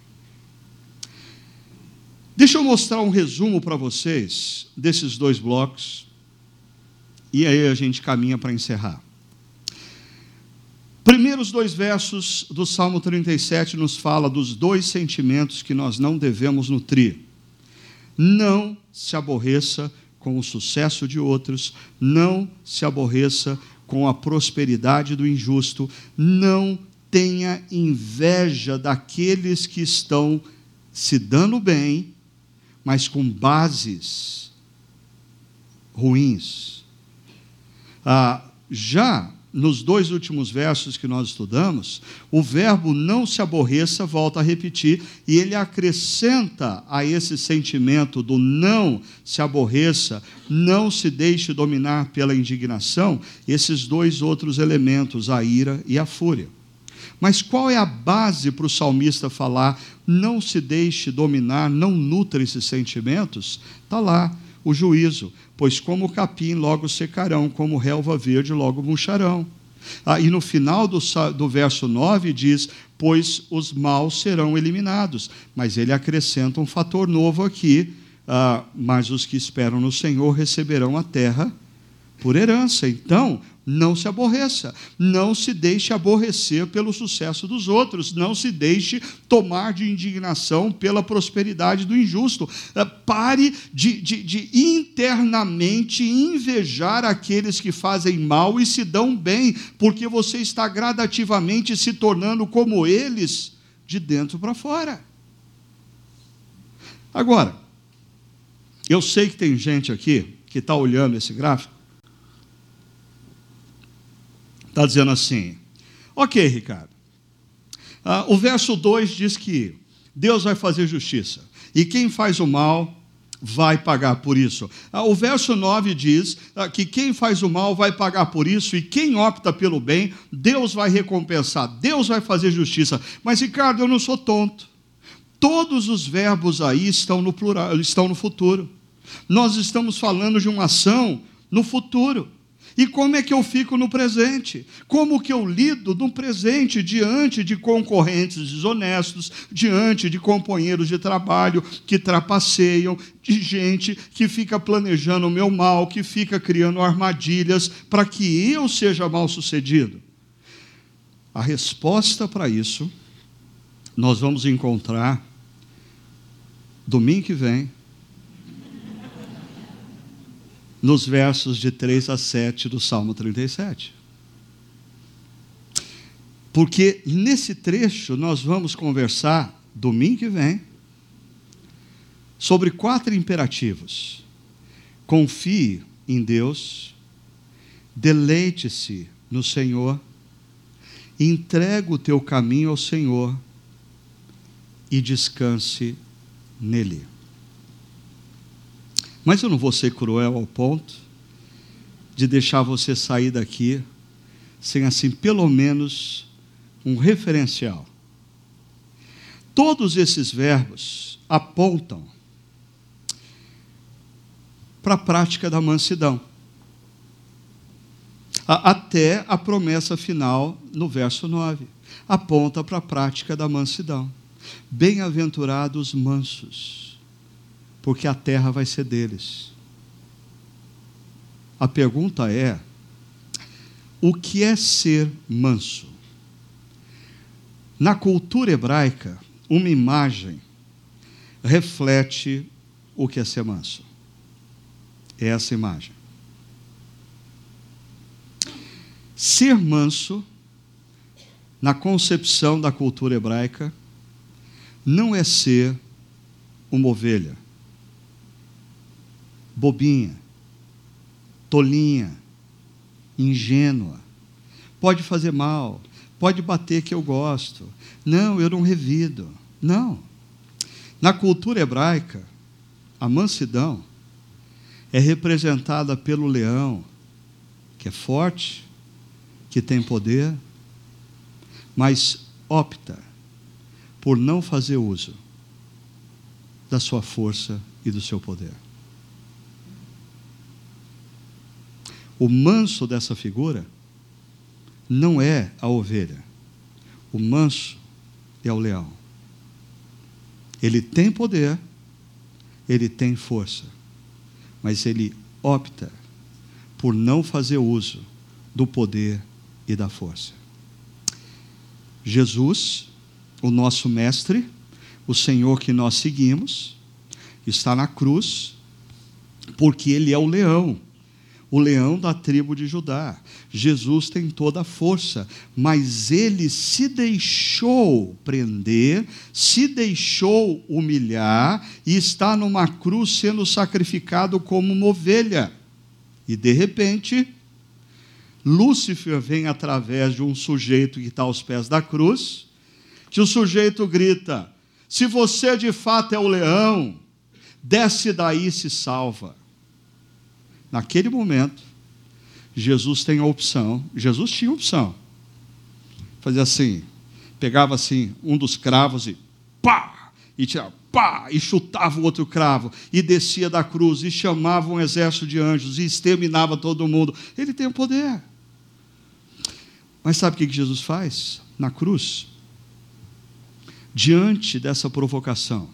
Deixa eu mostrar um resumo para vocês desses 2 blocos, e aí a gente caminha para encerrar. Primeiros 2 versos do Salmo 37 nos fala dos 2 sentimentos que nós não devemos nutrir. Não se aborreça com o sucesso de outros, não se aborreça com a prosperidade do injusto, não tenha inveja daqueles que estão se dando bem, mas com bases ruins. Já nos 2 últimos versos que nós estudamos, o verbo não se aborreça volta a repetir, e ele acrescenta a esse sentimento do não se aborreça, não se deixe dominar pela indignação, esses 2 outros elementos, a ira e a fúria. Mas qual é a base para o salmista falar, não se deixe dominar, não nutra esses sentimentos? Está lá, o juízo, pois como capim logo secarão, como relva verde logo murcharão. E no final do verso 9 diz, pois os maus serão eliminados. Mas ele acrescenta um fator novo aqui, mas os que esperam no Senhor receberão a terra por herança. Então, não se aborreça, não se deixe aborrecer pelo sucesso dos outros, não se deixe tomar de indignação pela prosperidade do injusto. Pare de internamente invejar aqueles que fazem mal e se dão bem, porque você está gradativamente se tornando como eles, de dentro para fora. Agora, eu sei que tem gente aqui que está olhando esse gráfico, está dizendo assim, ok, Ricardo, o verso 2 diz que Deus vai fazer justiça, e quem faz o mal vai pagar por isso. O verso 9 diz que quem faz o mal vai pagar por isso, e quem opta pelo bem, Deus vai recompensar, Deus vai fazer justiça. Mas, Ricardo, eu não sou tonto. Todos os verbos aí estão no plural, estão no futuro. Nós estamos falando de uma ação no futuro. E como é que eu fico no presente? Como que eu lido no presente diante de concorrentes desonestos, diante de companheiros de trabalho que trapaceiam, de gente que fica planejando o meu mal, que fica criando armadilhas para que eu seja mal-sucedido? A resposta para isso nós vamos encontrar domingo que vem, nos versos de 3 a 7 do Salmo 37. Porque nesse trecho nós vamos conversar, domingo que vem, sobre 4 imperativos. Confie em Deus, deleite-se no Senhor, entrega o teu caminho ao Senhor e descanse nele. Mas eu não vou ser cruel ao ponto de deixar você sair daqui sem, assim, pelo menos um referencial. Todos esses verbos apontam para a prática da mansidão, até a promessa final no verso 9. Aponta para a prática da mansidão. Bem-aventurados mansos, porque a terra vai ser deles. A pergunta é, o que é ser manso? Na cultura hebraica, uma imagem reflete o que é ser manso. É essa imagem. Ser manso, na concepção da cultura hebraica, não é ser uma ovelha bobinha, tolinha, ingênua, pode fazer mal, pode bater que eu gosto, não, eu não revido. Não. Na cultura hebraica, a mansidão é representada pelo leão, que é forte, que tem poder, mas opta por não fazer uso da sua força e do seu poder. O manso dessa figura não é a ovelha. O manso é o leão. Ele tem poder, ele tem força, mas ele opta por não fazer uso do poder e da força. Jesus, o nosso mestre, o Senhor que nós seguimos, está na cruz, porque ele é o leão da tribo de Judá. Jesus tem toda a força, mas ele se deixou prender, se deixou humilhar e está numa cruz sendo sacrificado como uma ovelha. E de repente, Lúcifer vem através de um sujeito que está aos pés da cruz, que o sujeito grita: se você de fato é o leão, desce daí e se salva. Naquele momento, Jesus tinha opção, fazia assim, pegava assim um dos cravos e pá, e tirava, pá, e chutava o outro cravo, e descia da cruz, e chamava um exército de anjos, e exterminava todo mundo. Ele tem o poder. Mas sabe o que Jesus faz? Na cruz, diante dessa provocação,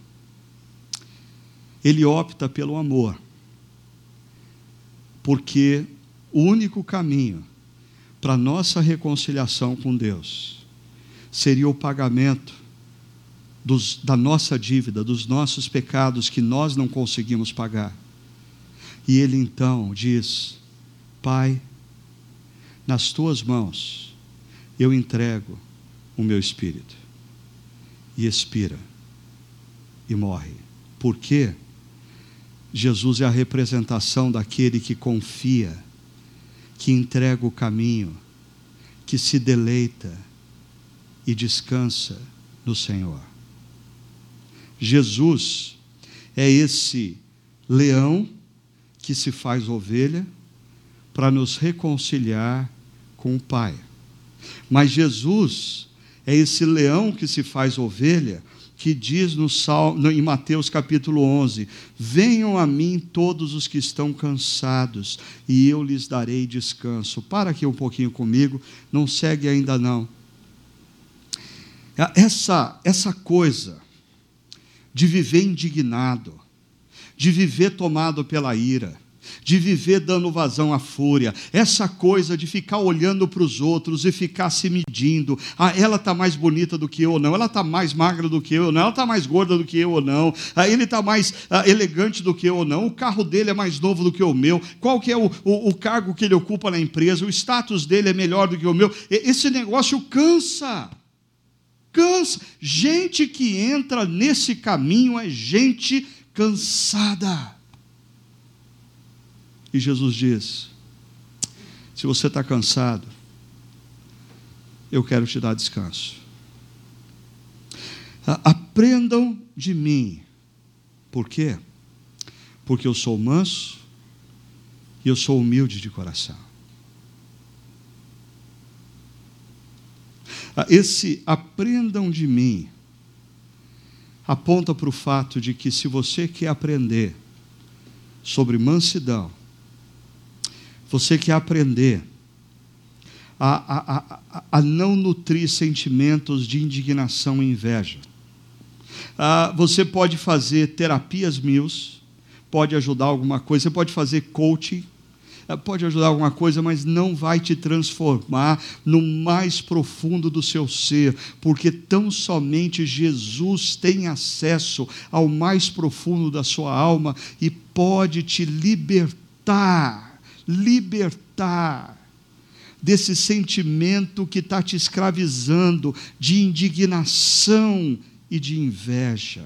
ele opta pelo amor, porque o único caminho para a nossa reconciliação com Deus seria o pagamento da nossa dívida, dos nossos pecados que nós não conseguimos pagar. E ele então diz: Pai, nas tuas mãos eu entrego o meu espírito. E expira e morre. Por quê? Jesus é a representação daquele que confia, que entrega o caminho, que se deleita e descansa no Senhor. Jesus é esse leão que se faz ovelha para nos reconciliar com o Pai. Mas Jesus é esse leão que se faz ovelha, que diz em Mateus capítulo 11, venham a mim todos os que estão cansados, e eu lhes darei descanso. Para aqui um pouquinho comigo, não segue ainda não. Essa coisa de viver indignado, de viver tomado pela ira, de viver dando vazão à fúria, essa coisa de ficar olhando para os outros e ficar se medindo, ela está mais bonita do que eu ou não, ela está mais magra do que eu ou não, ela está mais gorda do que eu ou não, ele está mais elegante do que eu ou não, o carro dele é mais novo do que o meu, qual que é o cargo que ele ocupa na empresa, o status dele é melhor do que o meu. Esse negócio cansa. Gente que entra nesse caminho é gente cansada. E Jesus diz: se você está cansado, eu quero te dar descanso. Aprendam de mim. Por quê? Porque eu sou manso e eu sou humilde de coração. Esse aprendam de mim aponta para o fato de que, se você quer aprender sobre mansidão, você quer aprender a não nutrir sentimentos de indignação e inveja, você pode fazer terapias mil, pode ajudar alguma coisa, você pode fazer coaching, pode ajudar alguma coisa, mas não vai te transformar no mais profundo do seu ser, porque tão somente Jesus tem acesso ao mais profundo da sua alma e pode te libertar desse sentimento que está te escravizando, de indignação e de inveja.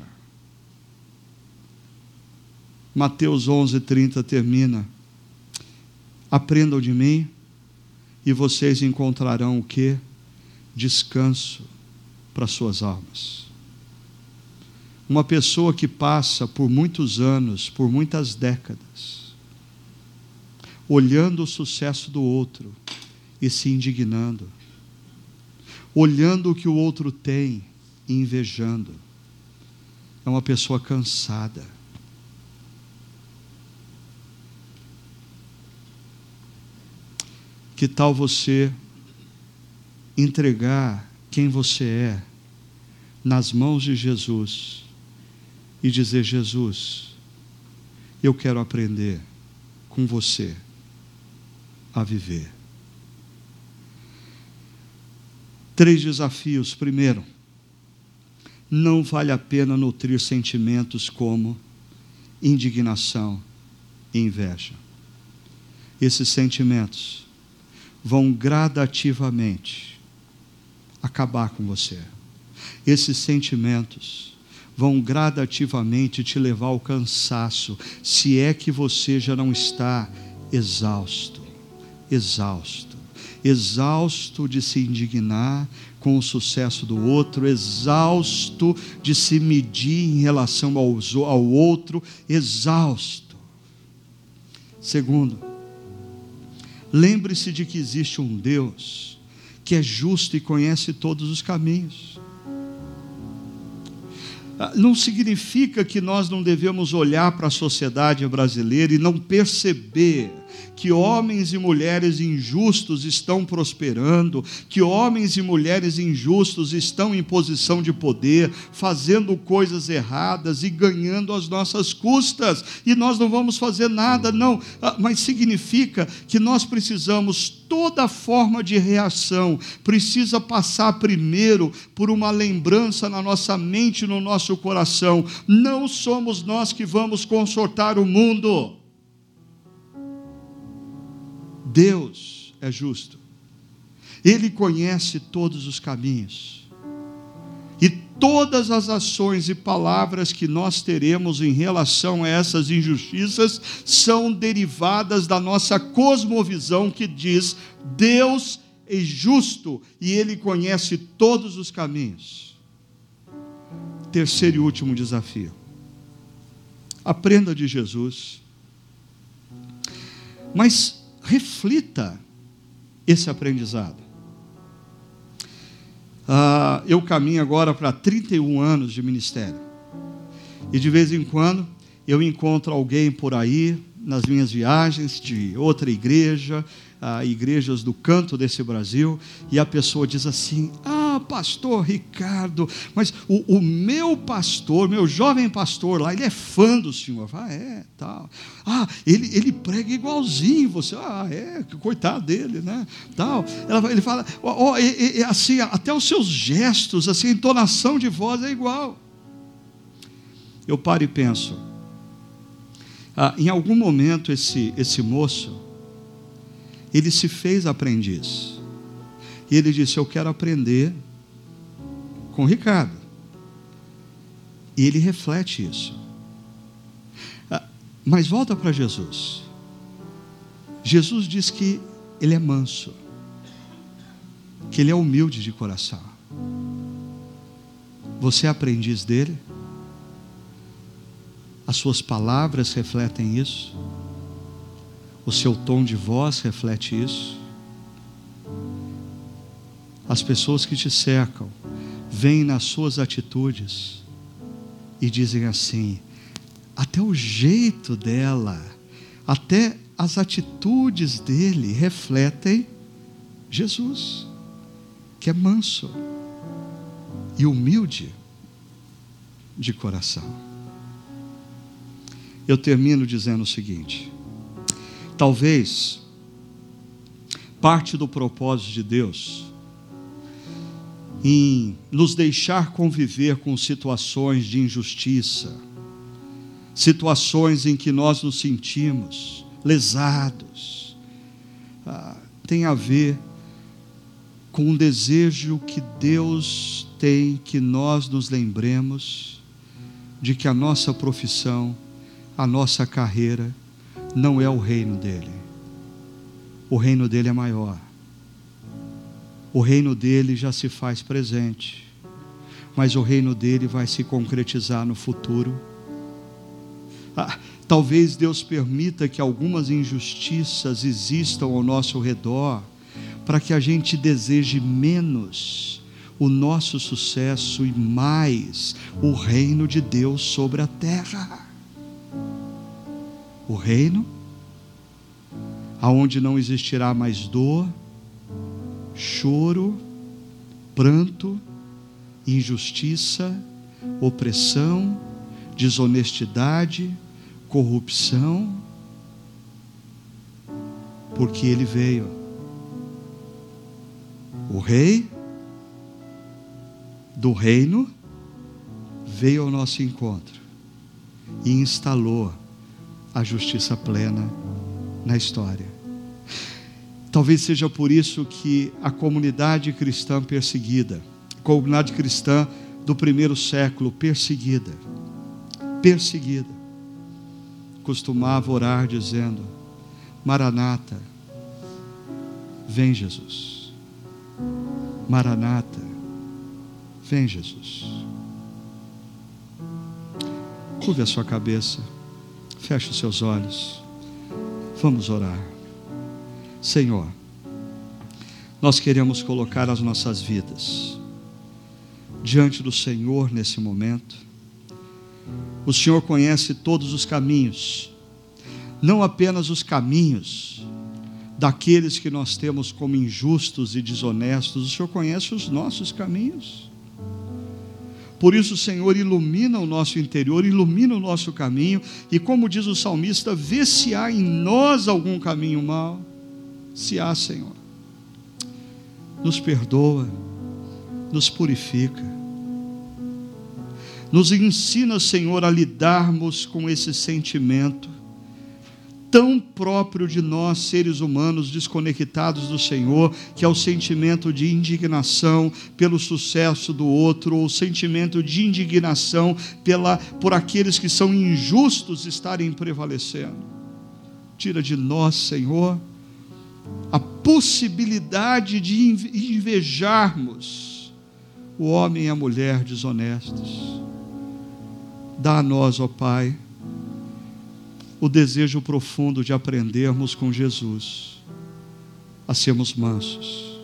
Mateus 11:30 termina: aprendam de mim e vocês encontrarão o quê? Descanso para suas almas. Uma pessoa que passa por muitos anos, por muitas décadas, olhando o sucesso do outro e se indignando, olhando o que o outro tem e invejando, é uma pessoa cansada. Que tal você entregar quem você é nas mãos de Jesus e dizer: Jesus, eu quero aprender com você a viver. 3 desafios. Primeiro, não vale a pena nutrir sentimentos como indignação e inveja. Esses sentimentos vão gradativamente acabar com você. Esses sentimentos vão gradativamente te levar ao cansaço, se é que você já não está exausto. exausto de se indignar com o sucesso do outro, exausto de se medir em relação ao outro, exausto. Segundo, lembre-se de que existe um Deus que é justo e conhece todos os caminhos. Não significa que nós não devemos olhar para a sociedade brasileira e não perceber que homens e mulheres injustos estão prosperando, que homens e mulheres injustos estão em posição de poder, fazendo coisas erradas e ganhando às nossas custas, e nós não vamos fazer nada, não, mas significa que nós precisamos, toda forma de reação precisa passar primeiro por uma lembrança na nossa mente, no nosso coração: não somos nós que vamos consertar o mundo. Deus é justo, Ele conhece todos os caminhos, e todas as ações e palavras que nós teremos em relação a essas injustiças são derivadas da nossa cosmovisão que diz: Deus é justo e Ele conhece todos os caminhos. Terceiro e último desafio: aprenda de Jesus, mas reflita esse aprendizado. Eu caminho agora para 31 anos de ministério, e de vez em quando eu encontro alguém por aí, nas minhas viagens de outra igreja, igrejas do canto desse Brasil, e a pessoa diz assim: pastor Ricardo, mas o meu pastor, meu jovem pastor lá, ele é fã do senhor. Tal. Ele prega igualzinho você. Coitado dele, né? Tal. Ele fala, assim, até os seus gestos, assim, a entonação de voz é igual. Eu paro e penso, em algum momento esse moço, ele se fez aprendiz, e ele disse: eu quero aprender com Ricardo. E ele reflete isso. Mas volta para Jesus. Jesus diz que ele é manso, que ele é humilde de coração. Você é aprendiz dele? As suas palavras refletem isso? O seu tom de voz reflete isso? As pessoas que te cercam veem nas suas atitudes e dizem assim: até o jeito dela, até as atitudes dele refletem Jesus, que é manso e humilde de coração. Eu termino dizendo o seguinte: talvez parte do propósito de Deus em nos deixar conviver com situações de injustiça, situações em que nós nos sentimos lesados, tem a ver com um desejo que Deus tem que nós nos lembremos de que a nossa profissão, a nossa carreira não é o reino dele. O reino dele é maior. O reino dele já se faz presente, mas o reino dele vai se concretizar no futuro. Talvez Deus permita que algumas injustiças existam ao nosso redor, para que a gente deseje menos o nosso sucesso e mais o reino de Deus sobre a terra. O reino aonde não existirá mais dor, choro, pranto, injustiça, opressão, desonestidade, corrupção, porque ele veio. O rei do reino veio ao nosso encontro e instalou a justiça plena na história. Talvez seja por isso que a comunidade cristã perseguida, a comunidade cristã do primeiro século perseguida, costumava orar dizendo: Maranata, Vem, Jesus. Maranata, vem, Jesus. Curve a sua cabeça, feche os seus olhos, vamos orar. Senhor, nós queremos colocar as nossas vidas diante do Senhor nesse momento. O Senhor conhece todos os caminhos, não apenas os caminhos daqueles que nós temos como injustos e desonestos, o Senhor conhece os nossos caminhos. Por isso, Senhor, ilumina o nosso interior, ilumina o nosso caminho, e como diz o salmista, vê se há em nós algum caminho mau. Se há, Senhor, nos perdoa, nos purifica, nos ensina, Senhor, a lidarmos com esse sentimento tão próprio de nós, seres humanos desconectados do Senhor, que é o sentimento de indignação pelo sucesso do outro, ou o sentimento de indignação por aqueles que são injustos estarem prevalecendo. Tira de nós, Senhor, a possibilidade de invejarmos o homem e a mulher desonestos. Dá a nós, ó Pai, o desejo profundo de aprendermos com Jesus a sermos mansos.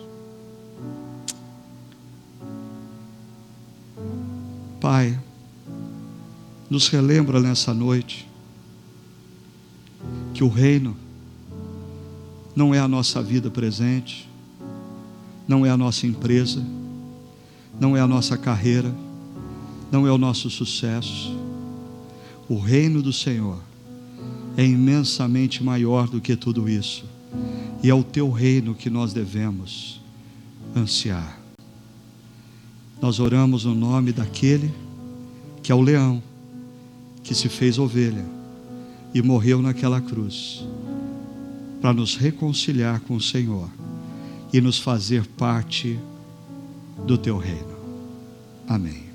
Pai, nos relembra nessa noite que o reino não é a nossa vida presente, não é a nossa empresa, não é a nossa carreira, não é o nosso sucesso. O reino do Senhor é imensamente maior do que tudo isso, e é o teu reino que nós devemos ansiar. Nós oramos no nome daquele que é o leão, que se fez ovelha e morreu naquela cruz, para nos reconciliar com o Senhor e nos fazer parte do teu reino. Amém.